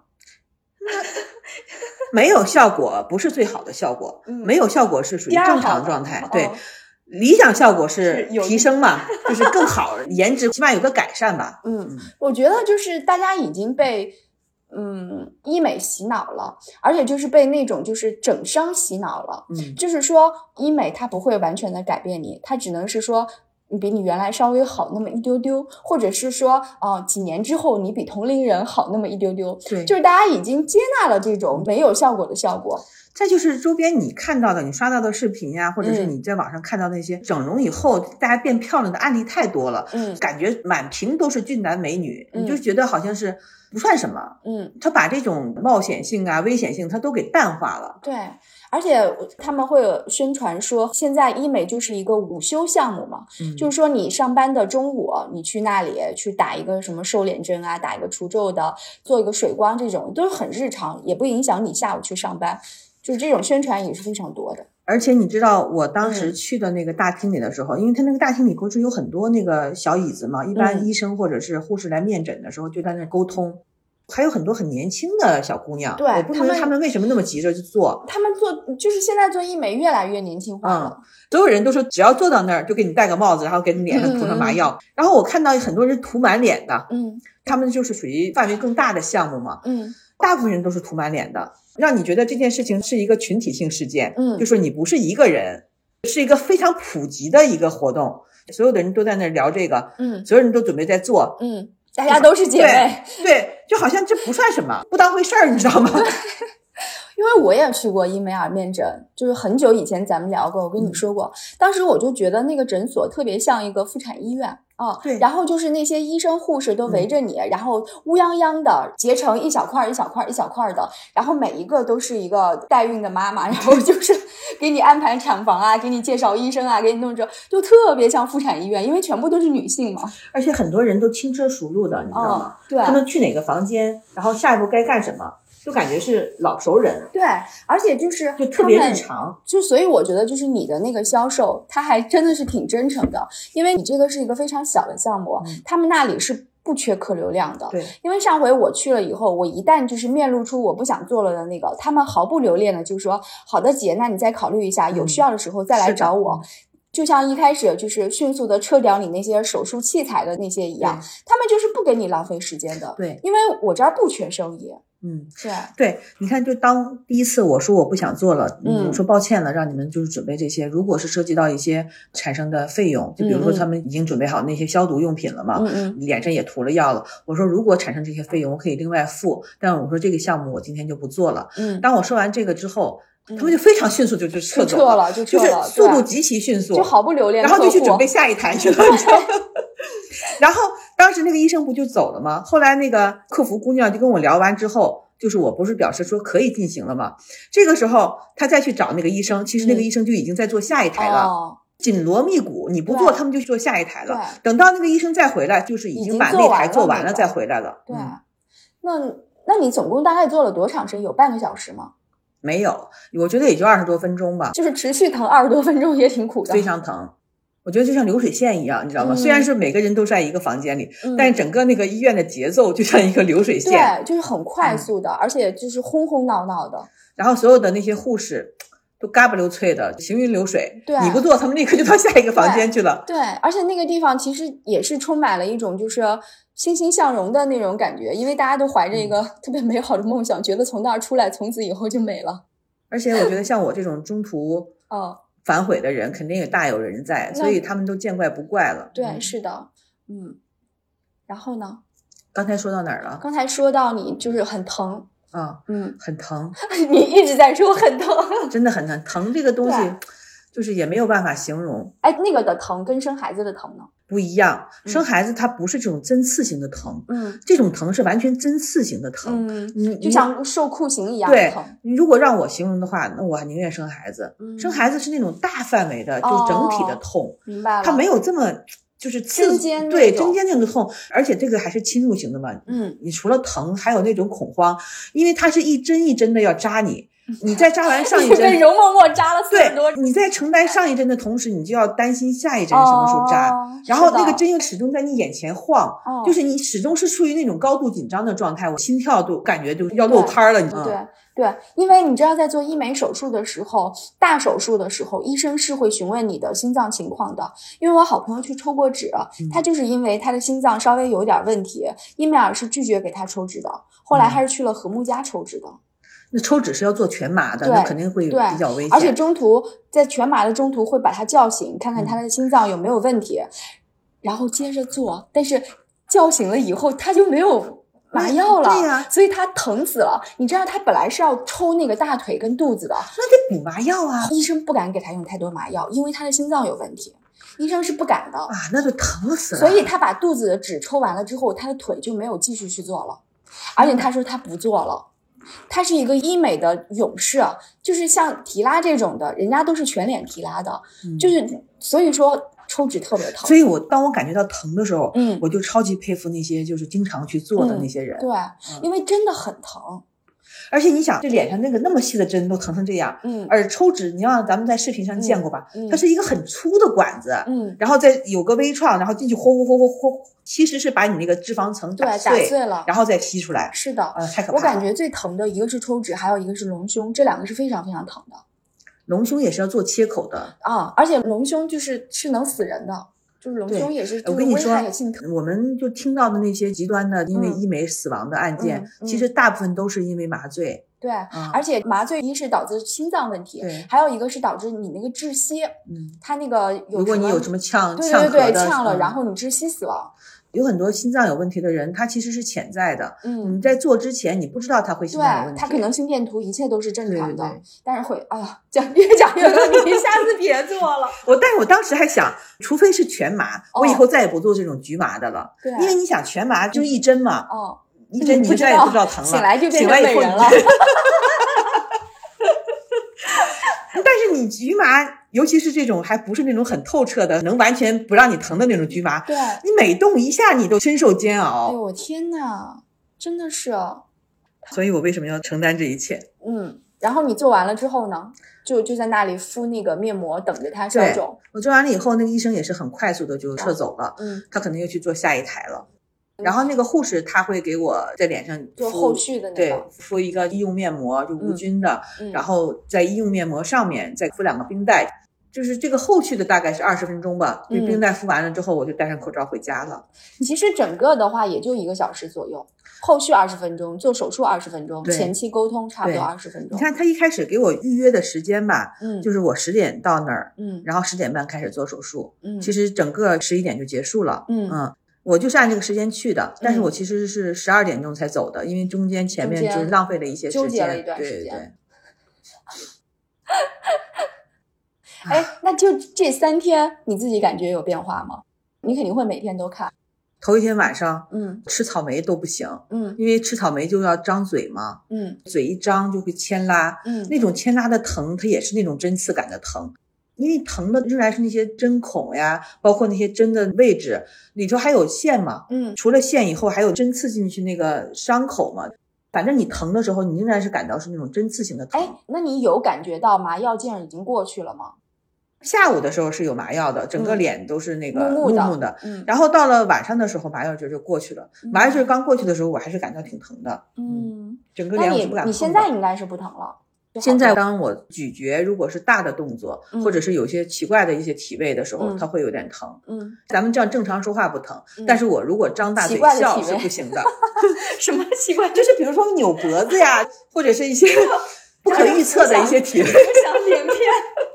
没有效果不是最好的效果，嗯、没有效果是属于正常状态。对。哦，理想效果是提升嘛，是就是更好，颜值起码有个改善吧。 嗯，我觉得就是大家已经被嗯，医美洗脑了，而且就是被那种就是整伤洗脑了。 嗯， 就是说医美它不会完全的改变你，它只能是说你比你原来稍微好那么一丢丢，或者是说呃几年之后你比同龄人好那么一丢丢。 对， 就是大家已经接纳了这种没有效果的效果。 再就是周边你看到的，你刷到的视频呀、啊，或者是你在网上看到那些整容以后、嗯、大家变漂亮的案例太多了， 嗯， 感觉满屏都是俊男美女，嗯、你就觉得好像是不算什么， 嗯， 他把这种冒险性啊、危险性他都给淡化了。 对，而且他们会有宣传说，现在医美就是一个午休项目嘛，嗯、就是说你上班的中午，你去那里去打一个什么瘦脸针啊，打一个除皱的，做一个水光，这种都是很日常，也不影响你下午去上班。就这种宣传也是非常多的。 而且你知道我当时去的那个大厅里的时候、嗯、因为他那个大厅里不是有很多那个小椅子嘛，一般医生或者是护士来面诊的时候就在那沟通，还有很多很年轻的小姑娘， 对， 我不知道他们为什么那么急着去做。 他们做就是现在做医美越来越年轻化了、 嗯、所有人都说只要坐到那儿就给你戴个帽子，然后给你脸上涂上麻药、嗯、然后我看到很多人涂满脸的， 嗯， 他们就是属于范围更大的项目嘛， 嗯， 大部分人都是涂满脸的，让你觉得这件事情是一个群体性事件， 嗯， 就说你不是一个人，是一个非常普及的一个活动，所有的人都在那聊这个， 嗯， 所有人都准备在做， 嗯，大家都是姐妹， 对对，就好像这不算什么，不当回事儿，你知道吗？ 因为我也去过医美尔面诊，就是很久以前咱们聊过，我跟你说过、嗯、当时我就觉得那个诊所特别像一个妇产医院啊， 对， 然后就是那些医生护士都围着你、嗯、然后乌泱泱的结成一小块一小块一小块的，然后每一个都是一个代孕的妈妈，然后就是给你安排产房啊，给你介绍医生啊，给你弄这，就特别像妇产医院，因为全部都是女性嘛， 而且很多人都轻车熟路的，你知道吗、 嗯、对， 他们去哪个房间，然后下一步该干什么，就感觉是老熟人。 对，而且就是就特别日常， 就所以我觉得就是你的那个销售他还真的是挺真诚的，因为你这个是一个非常小的项目、嗯、他们那里是不缺客流量的。 对， 因为上回我去了以后，我一旦就是面露出我不想做了的那个，他们毫不留恋的就说好的姐，那你再考虑一下、嗯、有需要的时候再来找我，就像一开始就是迅速的撤掉你那些手术器材的那些一样，他们就是不给你浪费时间的。 对， 因为我这儿不缺生意。 嗯， 对对，你看，就当第一次我说我不想做了，嗯，我说抱歉了，让你们就是准备这些。如果是涉及到一些产生的费用，就比如说他们已经准备好那些消毒用品了嘛， 嗯嗯， 脸上也涂了药了，我说如果产生这些费用，我可以另外付，但我说这个项目我今天就不做了。嗯，当我说完这个之后，他们就非常迅速就就撤走了，就撤了， 就是速度极其迅速， 就毫不留恋， 然后就去准备下一台去了，你知道吗？然后当时那个医生不就走了吗？后来那个客服姑娘就跟我聊完之后，就是我不是表示说可以进行了吗？这个时候他再去找那个医生，其实那个医生就已经在做下一台了。 哦， 紧锣密鼓，你不做他们就做下一台了。等到那个医生再回来，就是已经把那台做完了再回来了。 对，嗯、那那你总共大概做了多长时间？有半个小时吗？ 没有，我觉得也就二十多分钟吧。 就是持续疼二十多分钟也挺苦的， 非常疼。我觉得就像流水线一样，你知道吗？嗯、虽然是每个人都在一个房间里，嗯、但是整个那个医院的节奏就像一个流水线， 对，就是很快速的，嗯、而且就是轰轰闹闹的。 然后所有的那些护士都嘎不溜脆的，行云流水。 对， 你不做，他们立刻就到下一个房间去了。 对，对，而且那个地方其实也是充满了一种就是欣欣向荣的那种感觉，因为大家都怀着一个特别美好的梦想，嗯、觉得从那儿出来，从此以后就美了。 而且我觉得像我这种中途哦。 反悔的人肯定也大有人在，所以他们都见怪不怪了。 对，嗯、是的，嗯。然后呢？ 刚才说到哪儿了？ 刚才说到你就是很疼啊， 嗯， 很疼。 你一直在说很疼， 真的很疼。疼这个东西，就是也没有办法形容。 哎，那个的疼跟生孩子的疼呢？ 不一样，生孩子它不是这种针刺型的疼， 嗯， 这种疼是完全针刺型的疼， 嗯，你就像受酷刑一样的疼。 对，你如果让我形容的话，那我还宁愿生孩子。嗯、生孩子是那种大范围的，就是整体的痛， 哦、明白了， 它没有这么就是针尖， 对针尖那种痛，而且这个还是侵入型的嘛， 嗯， 你除了疼，还有那种恐慌，因为它是一针一针的要扎你。你在扎完上一针， 被容嬷嬷扎了四十多针。 你在承担上一针的同时，你就要担心下一针什么时候扎， 哦、 然后那个针又始终在你眼前晃， 哦、 就是你始终是处于那种高度紧张的状态，我心跳都感觉就要漏拍了，你知道吗？ 对。对，因为你知道在做医美手术的时候，大手术的时候，医生是会询问你的心脏情况的。因为我好朋友去抽过脂， 嗯、 他就是因为他的心脏稍微有点问题，医美尔是拒绝给他抽脂的。后后来还是去了和睦家抽脂的。 那抽脂是要做全麻的，那肯定会比较危险。 而且中途在全麻的中途会把他叫醒，看看他的心脏有没有问题，嗯、然后接着做。但是叫醒了以后，他就没有麻药了， 对呀、啊， 所以他疼死了。你知道他本来是要抽那个大腿跟肚子的， 那得补麻药啊。 医生不敢给他用太多麻药，因为他的心脏有问题，医生是不敢的啊，那就疼死了。 所以他把肚子的脂抽完了之后，他的腿就没有继续去做了，而且他说他不做了。他是一个医美的勇士，就是像提拉这种的，人家都是全脸提拉的，嗯、就是所以说抽脂特别疼。 所以我当我感觉到疼的时候， 嗯， 我就超级佩服那些就是经常去做的那些人。 嗯、对、嗯，因为真的很疼。 而且你想，这脸上那个那么细的针都疼成这样， 嗯， 而抽脂，你要咱们在视频上见过吧？ 嗯， 它是一个很粗的管子， 嗯， 然后再有个微创，然后进去豁豁豁豁豁，其实是把你那个脂肪层打碎， 打碎了， 然后再吸出来。 是的， 呃，太可怕了。 我感觉最疼的一个是抽脂，还有一个是隆胸，这两个是非常非常疼的。 隆胸也是要做切口的啊，而且隆胸就是是能死人的。就是隆胸也是， 我跟你说， 我们就听到的那些极端的因为医美死亡的案件， 嗯嗯、 其实大部分都是因为麻醉。 对、 嗯， 而且麻醉一是导致心脏问题，还有一个是导致你那个窒息。 嗯， 它那个有如果你有什么呛对对对呛呛了、 嗯， 然后你窒息死亡。 有很多心脏有问题的人，他其实是潜在的。 嗯， 你在做之前，你不知道他会心脏有问题。 对，他可能心电图一切都是正常的， 对对对， 但是会，哎呀，讲越讲越多，你下次别做了。 我，但是我当时还想，除非是全麻，哦、我以后再也不做这种局麻的了。 对， 因为你想全麻就一针嘛， 哦， 一针你再也不知道疼了， 醒来就变成美人了。 但是你局麻，尤其是这种还不是那种很透彻的，能完全不让你疼的那种局麻， 对， 你每动一下你都深受煎熬。 哎呦我天哪，真的是。 所以我为什么要承担这一切？ 嗯，然后你做完了之后呢，就就在那里敷那个面膜，等着它消肿。 我做完了以后，那个医生也是很快速的就撤走了， 嗯， 他可能又去做下一台了。然后那个护士他会给我在脸上做后续的那个， 对，敷一个医用面膜，就无菌的， 嗯嗯、 然后在医用面膜上面再敷两个冰袋，就是这个后续的大概是二十分钟吧。 嗯， 冰袋敷完了之后，我就戴上口罩回家了。 其实整个的话也就一个小时左右，后续二十分钟，做手术二十分钟，前期沟通差不多二十分钟。 你看他一开始给我预约的时间吧， 嗯， 就是我十点到那儿， 嗯， 然后十点半开始做手术， 嗯， 其实整个十一点就结束了， 嗯嗯。我就是按这个时间去的，但是我其实是十二点钟才走的，因为中间前面就是浪费了一些时间， 纠结了一段时间。 对对。 哎，那就这三天你自己感觉有变化吗？你肯定会每天都看。 头一天晚上， 嗯， 吃草莓都不行， 嗯， 因为吃草莓就要张嘴嘛， 嗯， 嘴一张就会牵拉， 嗯， 那种牵拉的疼，它也是那种针刺感的疼。因为疼的仍然是那些针孔呀，包括那些针的位置里头还有线嘛， 嗯， 除了线以后还有针刺进去那个伤口嘛，反正你疼的时候你仍然是感到是那种针刺型的疼。 哎，那你有感觉到麻药劲儿已经过去了吗？ 下午的时候是有麻药的，整个脸都是那个木木的， 木木的， 嗯， 然后到了晚上的时候麻药劲就过去了， 嗯， 麻药劲刚过去的时候我还是感到挺疼的， 嗯， 整个脸我是不敢碰的。 你现在应该是不疼了。 现在当我咀嚼如果是大的动作， 嗯， 或者是有些奇怪的一些体位的时候， 嗯， 它会有点疼。 嗯， 咱们这样正常说话不疼， 嗯， 但是我如果张大嘴笑是不行的。 什么奇怪？ 就是比如说扭脖子呀，或者是一些不可预测的一些体位。 想连片。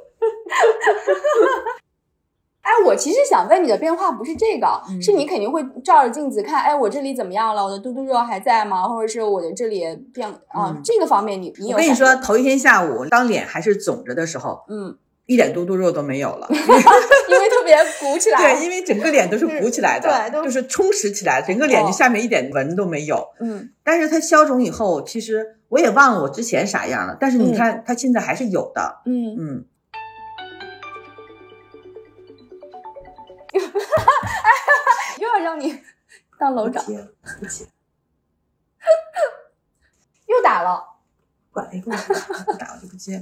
哎，我其实想问你的变化不是这个， 嗯， 是你肯定会照着镜子看，哎，我这里怎么样了？我的嘟嘟肉还在吗？或者是我的这里变啊， 嗯， 这个方面你你有？ 我跟你说，头一天下午当脸还是肿着的时候， 嗯， 一点嘟嘟肉都没有了， 因为特别鼓起来。 对，因为整个脸都是鼓起来的， 对， 就是充实起来，整个脸就下面一点纹都没有。 嗯， 但是它消肿以后，其实我也忘了我之前啥样了，但是你看，它现在还是有的。 嗯嗯。 又要让你当楼长， 不接， 又打了， 管一个不打我就不接了。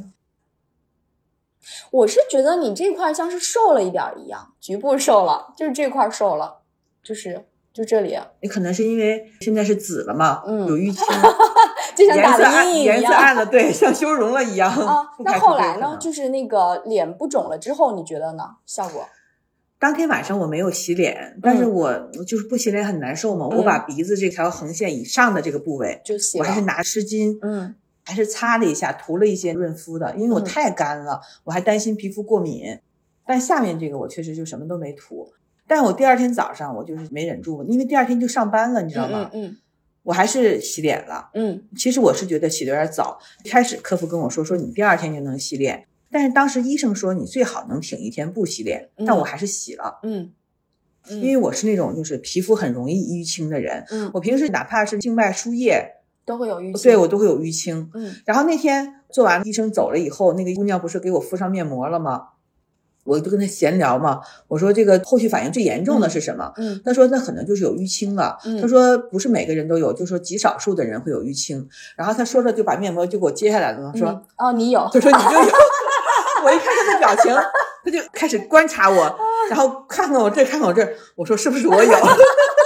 我是觉得你这块像是瘦了一点一样，局部瘦了，就是这块瘦了，就是就这里。 你可能是因为现在是紫了嘛， 嗯， 有淤青， 就像打了阴影一样， 颜色暗了，对，像修容了一样。 啊，那后来呢？就是那个脸不肿了之后，你觉得呢？效果？ 当天晚上我没有洗脸，但是我就是不洗脸很难受嘛，嗯、我把鼻子这条横线以上的这个部位， 就洗我还是拿湿巾， 嗯， 还是擦了一下，涂了一些润肤的，因为我太干了，嗯、我还担心皮肤过敏。但下面这个我确实就什么都没涂。但我第二天早上我就是没忍住，因为第二天就上班了，你知道吗？ 嗯 嗯, 嗯， 我还是洗脸了。 嗯， 其实我是觉得洗的有点早。开始客服跟我说说你第二天就能洗脸，但是当时医生说你最好能挺一天不洗脸，嗯、但我还是洗了。 嗯。 因为我是那种就是皮肤很容易淤青的人， 嗯， 我平时哪怕是静脉输液都会有淤青， 对我都会有淤青， 嗯。 然后那天做完，医生走了以后，那个姑娘不是给我敷上面膜了吗？我就跟她闲聊嘛，我说这个后续反应最严重的是什么？ 嗯， 她说那可能就是有淤青了， 嗯， 她说不是每个人都有，就说极少数的人会有淤青。然后她说着就把面膜就给我接下来了，说、 嗯、哦你有， 就说你就有。我一看她的表情，她就开始观察我。然后看看我这看看我这，我说是不是我有？哎，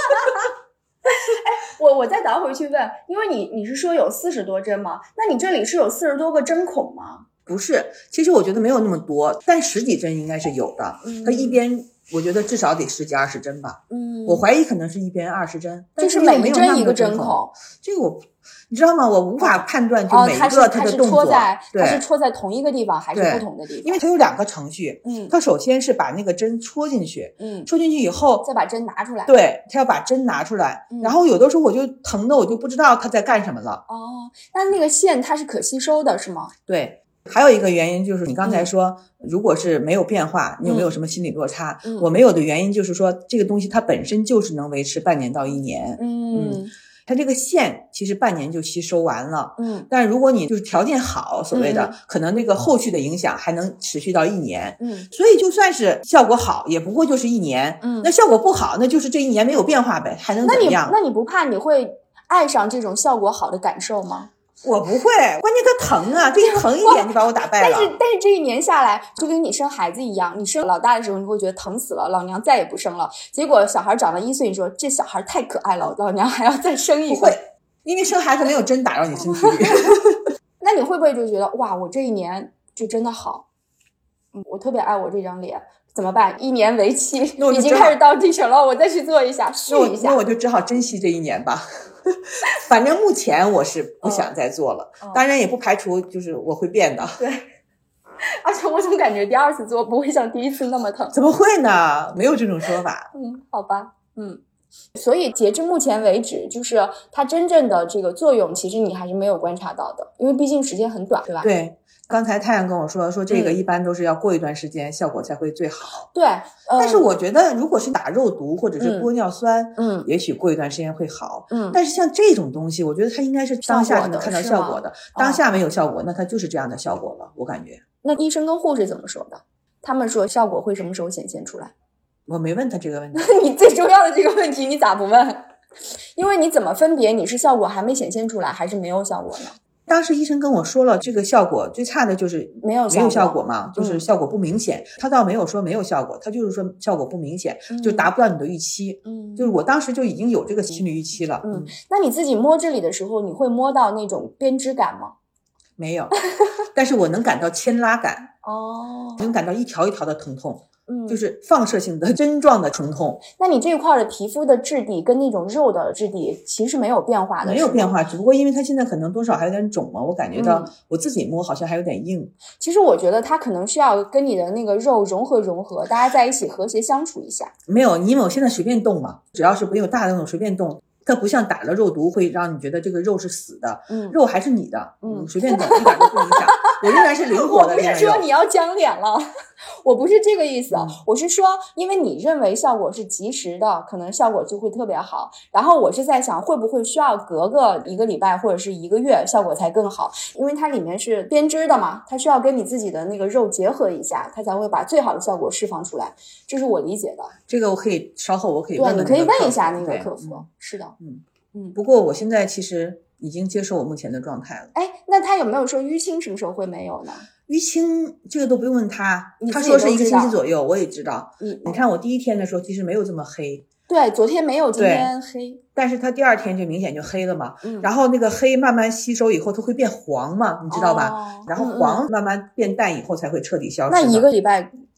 我我再倒回去问，因为你你是说有四十多针吗？那你这里是有四十多个针孔吗？ 不是，其实我觉得没有那么多，但十几针应该是有的。 嗯， 它一边我觉得至少得十几二十针吧。 嗯， 我怀疑可能是一边二十针， 就是每一针一个针孔。 这个我。你知道吗？我无法判断就每一个它的动作， 哦、它对， 它是戳在同一个地方还是不同的地方？ 因为它有两个程序， 嗯， 它首先是把那个针戳进去， 嗯， 戳进去以后再把针拿出来， 对，它要把针拿出来， 嗯、 然后有的时候我就疼的我就不知道它在干什么了。 哦，那那个线它是可吸收的是吗？ 对。还有一个原因就是你刚才说、嗯、如果是没有变化，你有没有什么心理落差、 嗯、 我没有的原因就是说这个东西它本身就是能维持半年到一年。 嗯。 嗯，它这个线其实半年就吸收完了， 嗯， 但如果你就是条件好，所谓的、 嗯、 可能那个后续的影响还能持续到一年， 嗯， 所以就算是效果好，也不过就是一年， 嗯， 那效果不好，那就是这一年没有变化呗，还能怎么样？ 那你那你不怕你会爱上这种效果好的感受吗？ 我不会，关键它疼啊，这一疼一点就把我打败了。 但是但是这一年下来，就跟你生孩子一样，你生老大的时候你会觉得疼死了，老娘再也不生了。结果小孩长到一岁，你说这小孩太可爱了，老娘还要再生一个。 不会，因为生孩子没有针打到你身体里。 那你会不会就觉得哇，我这一年就真的好，嗯，我特别爱我这张脸。怎么办？一年为期，已经开始倒计时了，我再去做一下，续一下。 那我就只好珍惜这一年吧。反正目前我是不想再做了， 嗯、 当然也不排除就是我会变的。 对，而且我总感觉第二次做不会像第一次那么疼。 怎么会呢？没有这种说法。 嗯，好吧，嗯。所以截至目前为止，就是它真正的这个作用，其实你还是没有观察到的，因为毕竟时间很短，对吧？ 对。刚才太阳跟我说说这个一般都是要过一段时间、嗯、效果才会最好。 对、呃， 但是我觉得如果是打肉毒或者是玻尿酸， 嗯， 也许过一段时间会好。 嗯， 但是像这种东西，我觉得它应该是当下就能看到效果的。 的当下没有效果，那它就是这样的效果了，我感觉。 那医生跟护士怎么说的？他们说效果会什么时候显现出来？ 我没问他这个问题。 你最重要的这个问题你咋不问？因为你怎么分别你是效果还没显现出来还是没有效果呢？ 当时医生跟我说了，这个效果最差的就是没有没有效果嘛， 嗯、 就是效果不明显。他倒没有说没有效果，他就是说效果不明显， 嗯、 就达不到你的预期。 嗯， 就是我当时就已经有这个心理预期了。 嗯，嗯那你自己摸这里的时候，你会摸到那种编织感吗？ 没有，但是我能感到牵拉感。 哦， 能感到一条一条的疼痛。 嗯， 就是放射性的针状的疼痛。 那你这一块的皮肤的质地跟那种肉的质地其实没有变化的， 没有变化，只不过因为它现在可能多少还有点肿嘛，我感觉到我自己摸好像还有点硬。 嗯、其实我觉得它可能需要跟你的那个肉融合融合，大家在一起和谐相处一下。 没有，因为我现在随便动嘛，只要是没有大的那种随便动。它不像打了肉毒会让你觉得这个肉是死的， 嗯， 肉还是你的， 嗯， 随便动一点都不影响，我仍然是灵活的。 我不是说你要讲脸了，我不是这个意思， 嗯、 我是说，因为你认为效果是及时的，可能效果就会特别好。然后我是在想，会不会需要隔个一个礼拜或者是一个月效果才更好？因为它里面是编织的嘛，它需要跟你自己的那个肉结合一下，它才会把最好的效果释放出来。这是我理解的。 这个我可以稍后我可以问问对，你可以问一下那个客服。是的， 嗯嗯。 不过我现在其实已经接受我目前的状态了。 哎，那他有没有说淤青什么时候会没有呢？ 淤青这个都不用问他，他说是一个星期左右，我也知道。 你你看我第一天的时候其实没有这么黑。 对，昨天没有今天黑， 但是它第二天就明显就黑了嘛。 嗯， 然后那个黑慢慢吸收以后，它会变黄嘛，你知道吧？ 哦、 然后黄慢慢变淡以后才会彻底消失。 那一个礼拜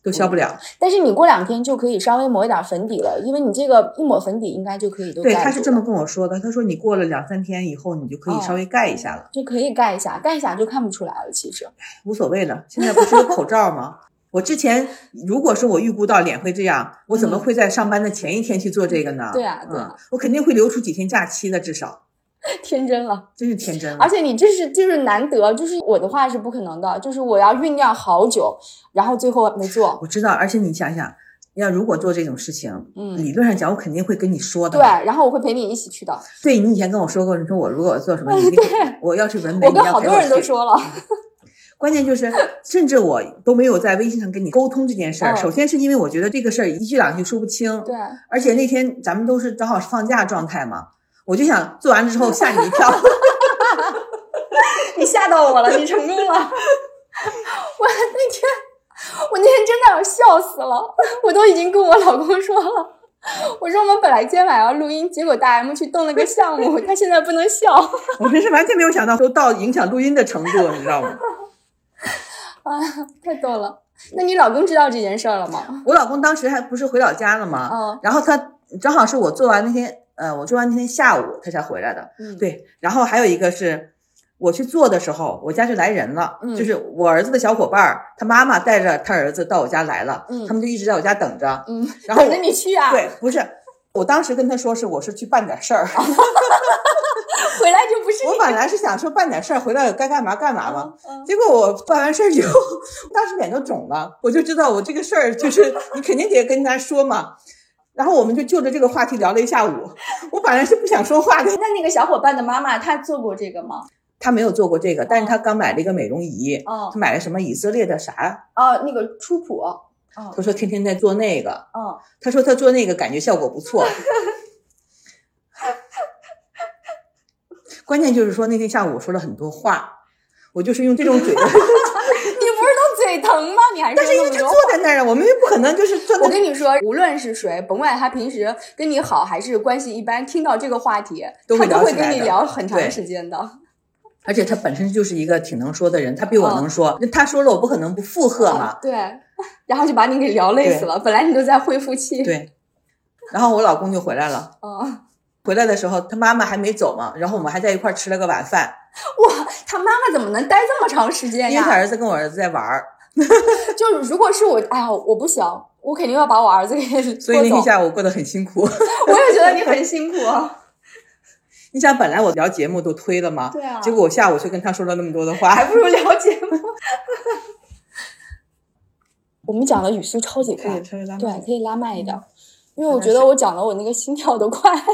都消不了、 嗯。但是你过两天就可以稍微抹一点粉底了，因为你这个一抹粉底应该就可以都盖住了。 对，他是这么跟我说的，他说你过了两三天以后你就可以稍微盖一下了、 哦、就可以盖一下，盖一下就看不出来了，其实无所谓了。现在不是有口罩吗？我之前如果说我预估到脸会这样，我怎么会在上班的前一天去做这个呢？ 嗯、对啊对啊、 嗯，我肯定会留出几天假期的，至少。 天真了， 真是天真了。 而且你这是就是难得，就是我的话是不可能的，就是我要酝酿好久，然后最后没做。 我知道，而且你想想，要如果做这种事情，嗯，理论上讲我肯定会跟你说的。 对，然后我会陪你一起去的。 对，你以前跟我说过，你说我如果做什么，你对，我要去纹眉， 我跟好多人都说了。 关键就是，甚至我都没有在微信上跟你沟通这件事儿。嗯、首先是因为我觉得这个事儿一句两句说不清， 对。 而且那天咱们都是正好是放假状态嘛，我就想做完了之后吓你一跳。 你吓到我了，你成功了。我那天，我那天真的要笑死了，我都已经跟我老公说了。我说我们本来今天晚上要录音，结果大 M 去动了个项目，他现在不能笑。 我真是完全没有想到都到影响录音的程度，你知道吗？ 啊，太逗了！那你老公知道这件事了吗？ 我老公当时还不是回老家了吗？ 嗯， 然后他正好是我做完那天，呃，我做完那天下午他才回来的。 嗯， 对。然后还有一个是我去做的时候，我家就来人了， 嗯， 就是我儿子的小伙伴，他妈妈带着他儿子到我家来了， 嗯， 他们就一直在我家等着， 嗯， 然后等着你去啊？ 对，不是，我当时跟他说是我是去办点事儿。 回来就不是我本来是想说办点事儿回来该干嘛干嘛嘛、 嗯嗯、 结果我办完事儿以后当时脸都肿了，我就知道我这个事儿就是你肯定得跟他说嘛。然后我们就就着这个话题聊了一下午。我本来是不想说话的。 那那个小伙伴的妈妈她做过这个吗？ 她没有做过这个，但是她刚买了一个美容仪。 哦， 她买了什么以色列的啥哦，那个初普。哦， 她说天天在做那个。 哦， 她说她做那个感觉效果不错。关键就是说那天下午我说了很多话，我就是用这种嘴的。 你不是都嘴疼吗？你还是但是因为他坐在那儿，我们又不可能就是坐在。 我跟你说，无论是谁，甭管他平时跟你好还是关系一般，听到这个话题， 都会他都会跟你聊很长时间的。 而且他本身就是一个挺能说的人，他比我能说，哦、他说了我不可能不附和嘛。 哦、对，然后就把你给聊累死了。本来你都在恢复期。 对，然后我老公就回来了。 哦。 回来的时候他妈妈还没走嘛，然后我们还在一块吃了个晚饭。 哇，他妈妈怎么能待这么长时间呀？ 因为他儿子跟我儿子在玩儿。 就如果是我，哎呀，我不行，我肯定要把我儿子给拖走。 所以那天下午过得很辛苦。 我也觉得你很辛苦。 你想本来我聊节目都推了嘛， 对啊， 结果我下午却跟他说了那么多的话， 还不如聊节目。我们讲的语速超级快，对，可以拉慢一点。嗯，因为我觉得我讲了我那个心跳都快了。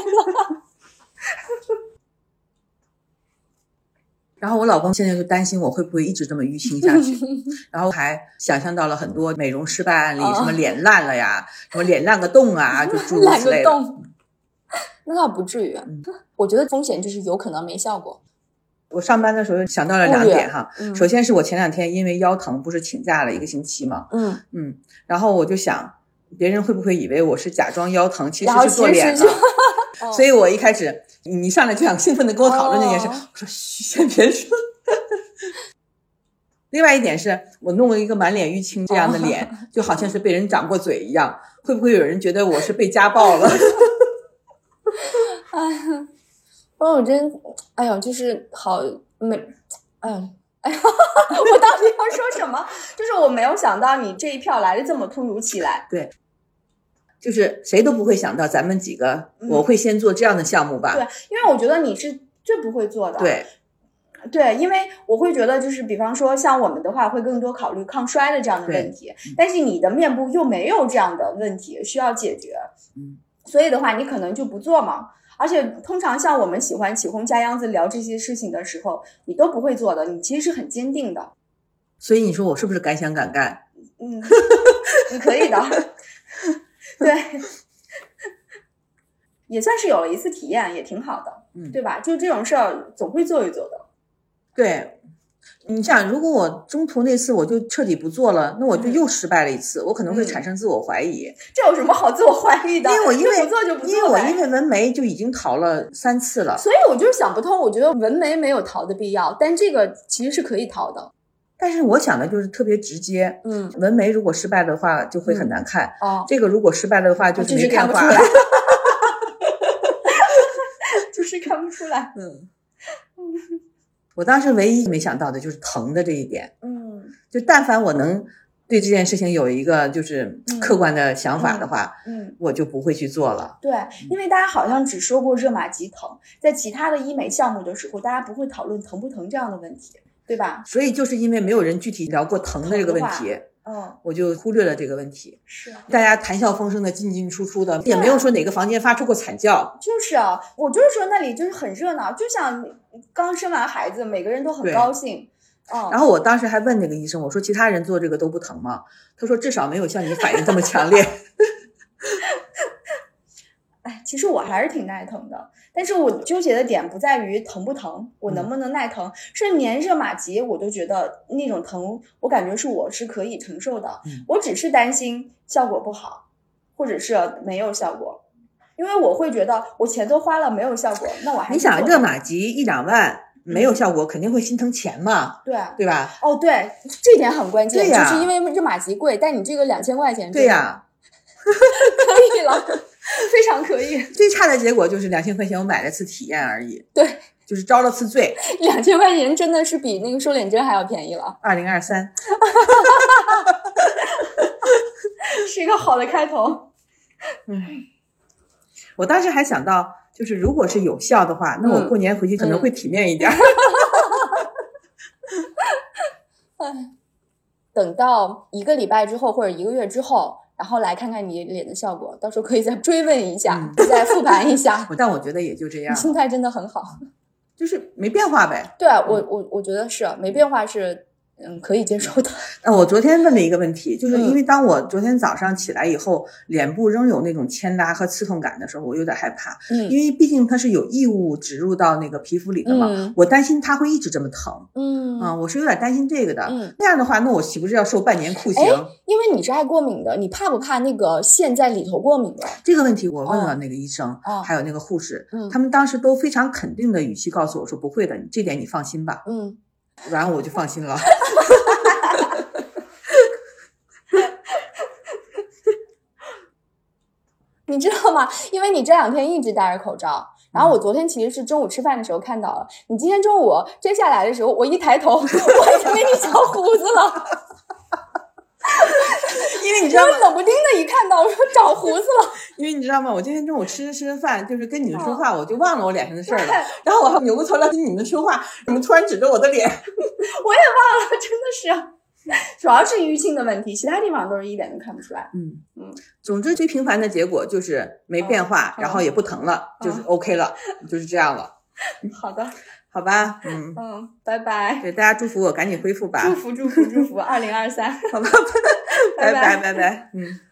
然后我老公现在就担心我会不会一直这么淤青下去。然后还想象到了很多美容失败案例，哦、什么脸烂了呀，什么脸烂个洞啊，就诸如此类的。 烂个洞，那倒不至于、嗯、我觉得风险就是有可能没效果。 我上班的时候想到了两点哈、 嗯、 首先是我前两天因为腰疼不是请假了一个星期嘛， 嗯嗯，然后我就想别人会不会以为我是假装腰疼，其实是做脸的。所以我一开始你上来就想兴奋的跟我讨论这件事、哦、我说嘘，先别说。另外一点是我弄了一个满脸淤青这样的脸、哦、就好像是被人掌过嘴一样，会不会有人觉得我是被家暴了？ 哎呀，我真哎呦就是好没哎呀哎呀，我到底要说什么？就是我没有想到你这一票来的这么突如其来。 对，就是谁都不会想到咱们几个、嗯、我会先做这样的项目吧。 对，因为我觉得你是最不会做的。 对对，因为我会觉得就是比方说像我们的话会更多考虑抗衰的这样的问题，但是你的面部又没有这样的问题需要解决， 嗯， 所以的话你可能就不做嘛。而且通常像我们喜欢起哄加秧子聊这些事情的时候，你都不会做的，你其实是很坚定的。 所以你说我是不是敢想敢干？ 嗯，你可以的。对，也算是有了一次体验，也挺好的，嗯，对吧？就这种事儿总会做一做的。 对，你想，如果我中途那次我就彻底不做了，那我就又失败了一次，嗯、我可能会产生自我怀疑。 这有什么好自我怀疑的？ 因为我因为不做就不做， 因为我因为纹眉就已经逃了三次了， 所以我就是想不通。我觉得纹眉没有逃的必要，但这个其实是可以逃的。 但是我想的就是特别直接， 嗯， 纹眉如果失败的话就会很难看， 嗯、哦， 这个如果失败的话就是没变化， 就是看不出来， 嗯。我当时唯一没想到的就是疼的这一点， 嗯， 就但凡我能对这件事情有一个就是客观的想法的话， 嗯，嗯我就不会去做了。 对，因为大家好像只说过热玛吉疼，在其他的医美项目的时候，大家不会讨论疼不疼这样的问题，对吧？ 所以就是因为没有人具体聊过疼的这个问题， 嗯， 我就忽略了这个问题。 是， 大家谈笑风生的进进出出的，也没有说哪个房间发出过惨叫。 就是啊，我就是说那里就是很热闹，就像刚生完孩子，每个人都很高兴。嗯， 然后我当时还问那个医生，我说其他人做这个都不疼吗？他说至少没有像你反应这么强烈。 哎，其实我还是挺耐疼的，但是我纠结的点不在于疼不疼，我能不能耐疼，嗯、是连热玛吉我都觉得那种疼，我感觉是我是可以承受的。 嗯、 我只是担心效果不好，或者是没有效果，因为我会觉得我钱都花了没有效果，那我还你想热玛吉一两万。没有效果，肯定会心疼钱嘛， 对对吧？ 哦，对，这点很关键， 对呀， 就是因为热玛吉贵，但你这个两千块钱， 对呀， 可以了，非常可以。 最差的结果就是两千块钱我买了次体验而已， 对， 就是遭了次罪。 两千块钱真的是比那个瘦脸针还要便宜了。 二零二三， 是一个好的开头。 嗯，我当时还想到。就是如果是有效的话，那我过年回去可能会体面一点。 嗯嗯、等到一个礼拜之后或者一个月之后，然后来看看你脸的效果，到时候可以再追问一下，嗯、再复盘一下。 但我觉得也就这样。 心态真的很好， 就是没变化呗。 对啊，我我我觉得是没变化是。嗯，可以接受的。 那我昨天问了一个问题，就是因为当我昨天早上起来以后，嗯、脸部仍有那种牵拉和刺痛感的时候，我有点害怕。 嗯， 因为毕竟它是有异物植入到那个皮肤里的嘛， 嗯、 我担心它会一直这么疼。 嗯啊、嗯，我是有点担心这个的。 嗯， 那样的话，那我岂不是要受半年酷刑？ 因为你是爱过敏的，你怕不怕那个线在里头过敏了？ 这个问题我问了那个医生， 哦、 还有那个护士， 嗯， 他们当时都非常肯定的语气告诉我说不会的，你这点你放心吧。 嗯， 然后我就放心了。 你知道吗？因为你这两天一直戴着口罩，然后我昨天其实是中午吃饭的时候看到了，你今天中午摘下来的时候，我一抬头，我已经给你长胡子了。 因为你知道吗？ 冷不丁的一看到，我说长胡子了。 因为你知道吗？我今天中午吃着吃着饭，就是跟你们说话，哦、我就忘了我脸上的事儿了。然后我还扭过头来跟你们说话，你们突然指着我的脸， 我也忘了，真的是。主要是淤青的问题，其他地方都是一点都看不出来。 嗯嗯，总之最平凡的结果就是没变化， 嗯、 然后也不疼了，嗯、就是 OK 了，嗯、就是这样了。 好的， 好吧，嗯嗯，拜拜。 对大家祝福我赶紧恢复吧， 祝福祝福祝福，二零二三， 好吧，拜拜拜拜，嗯。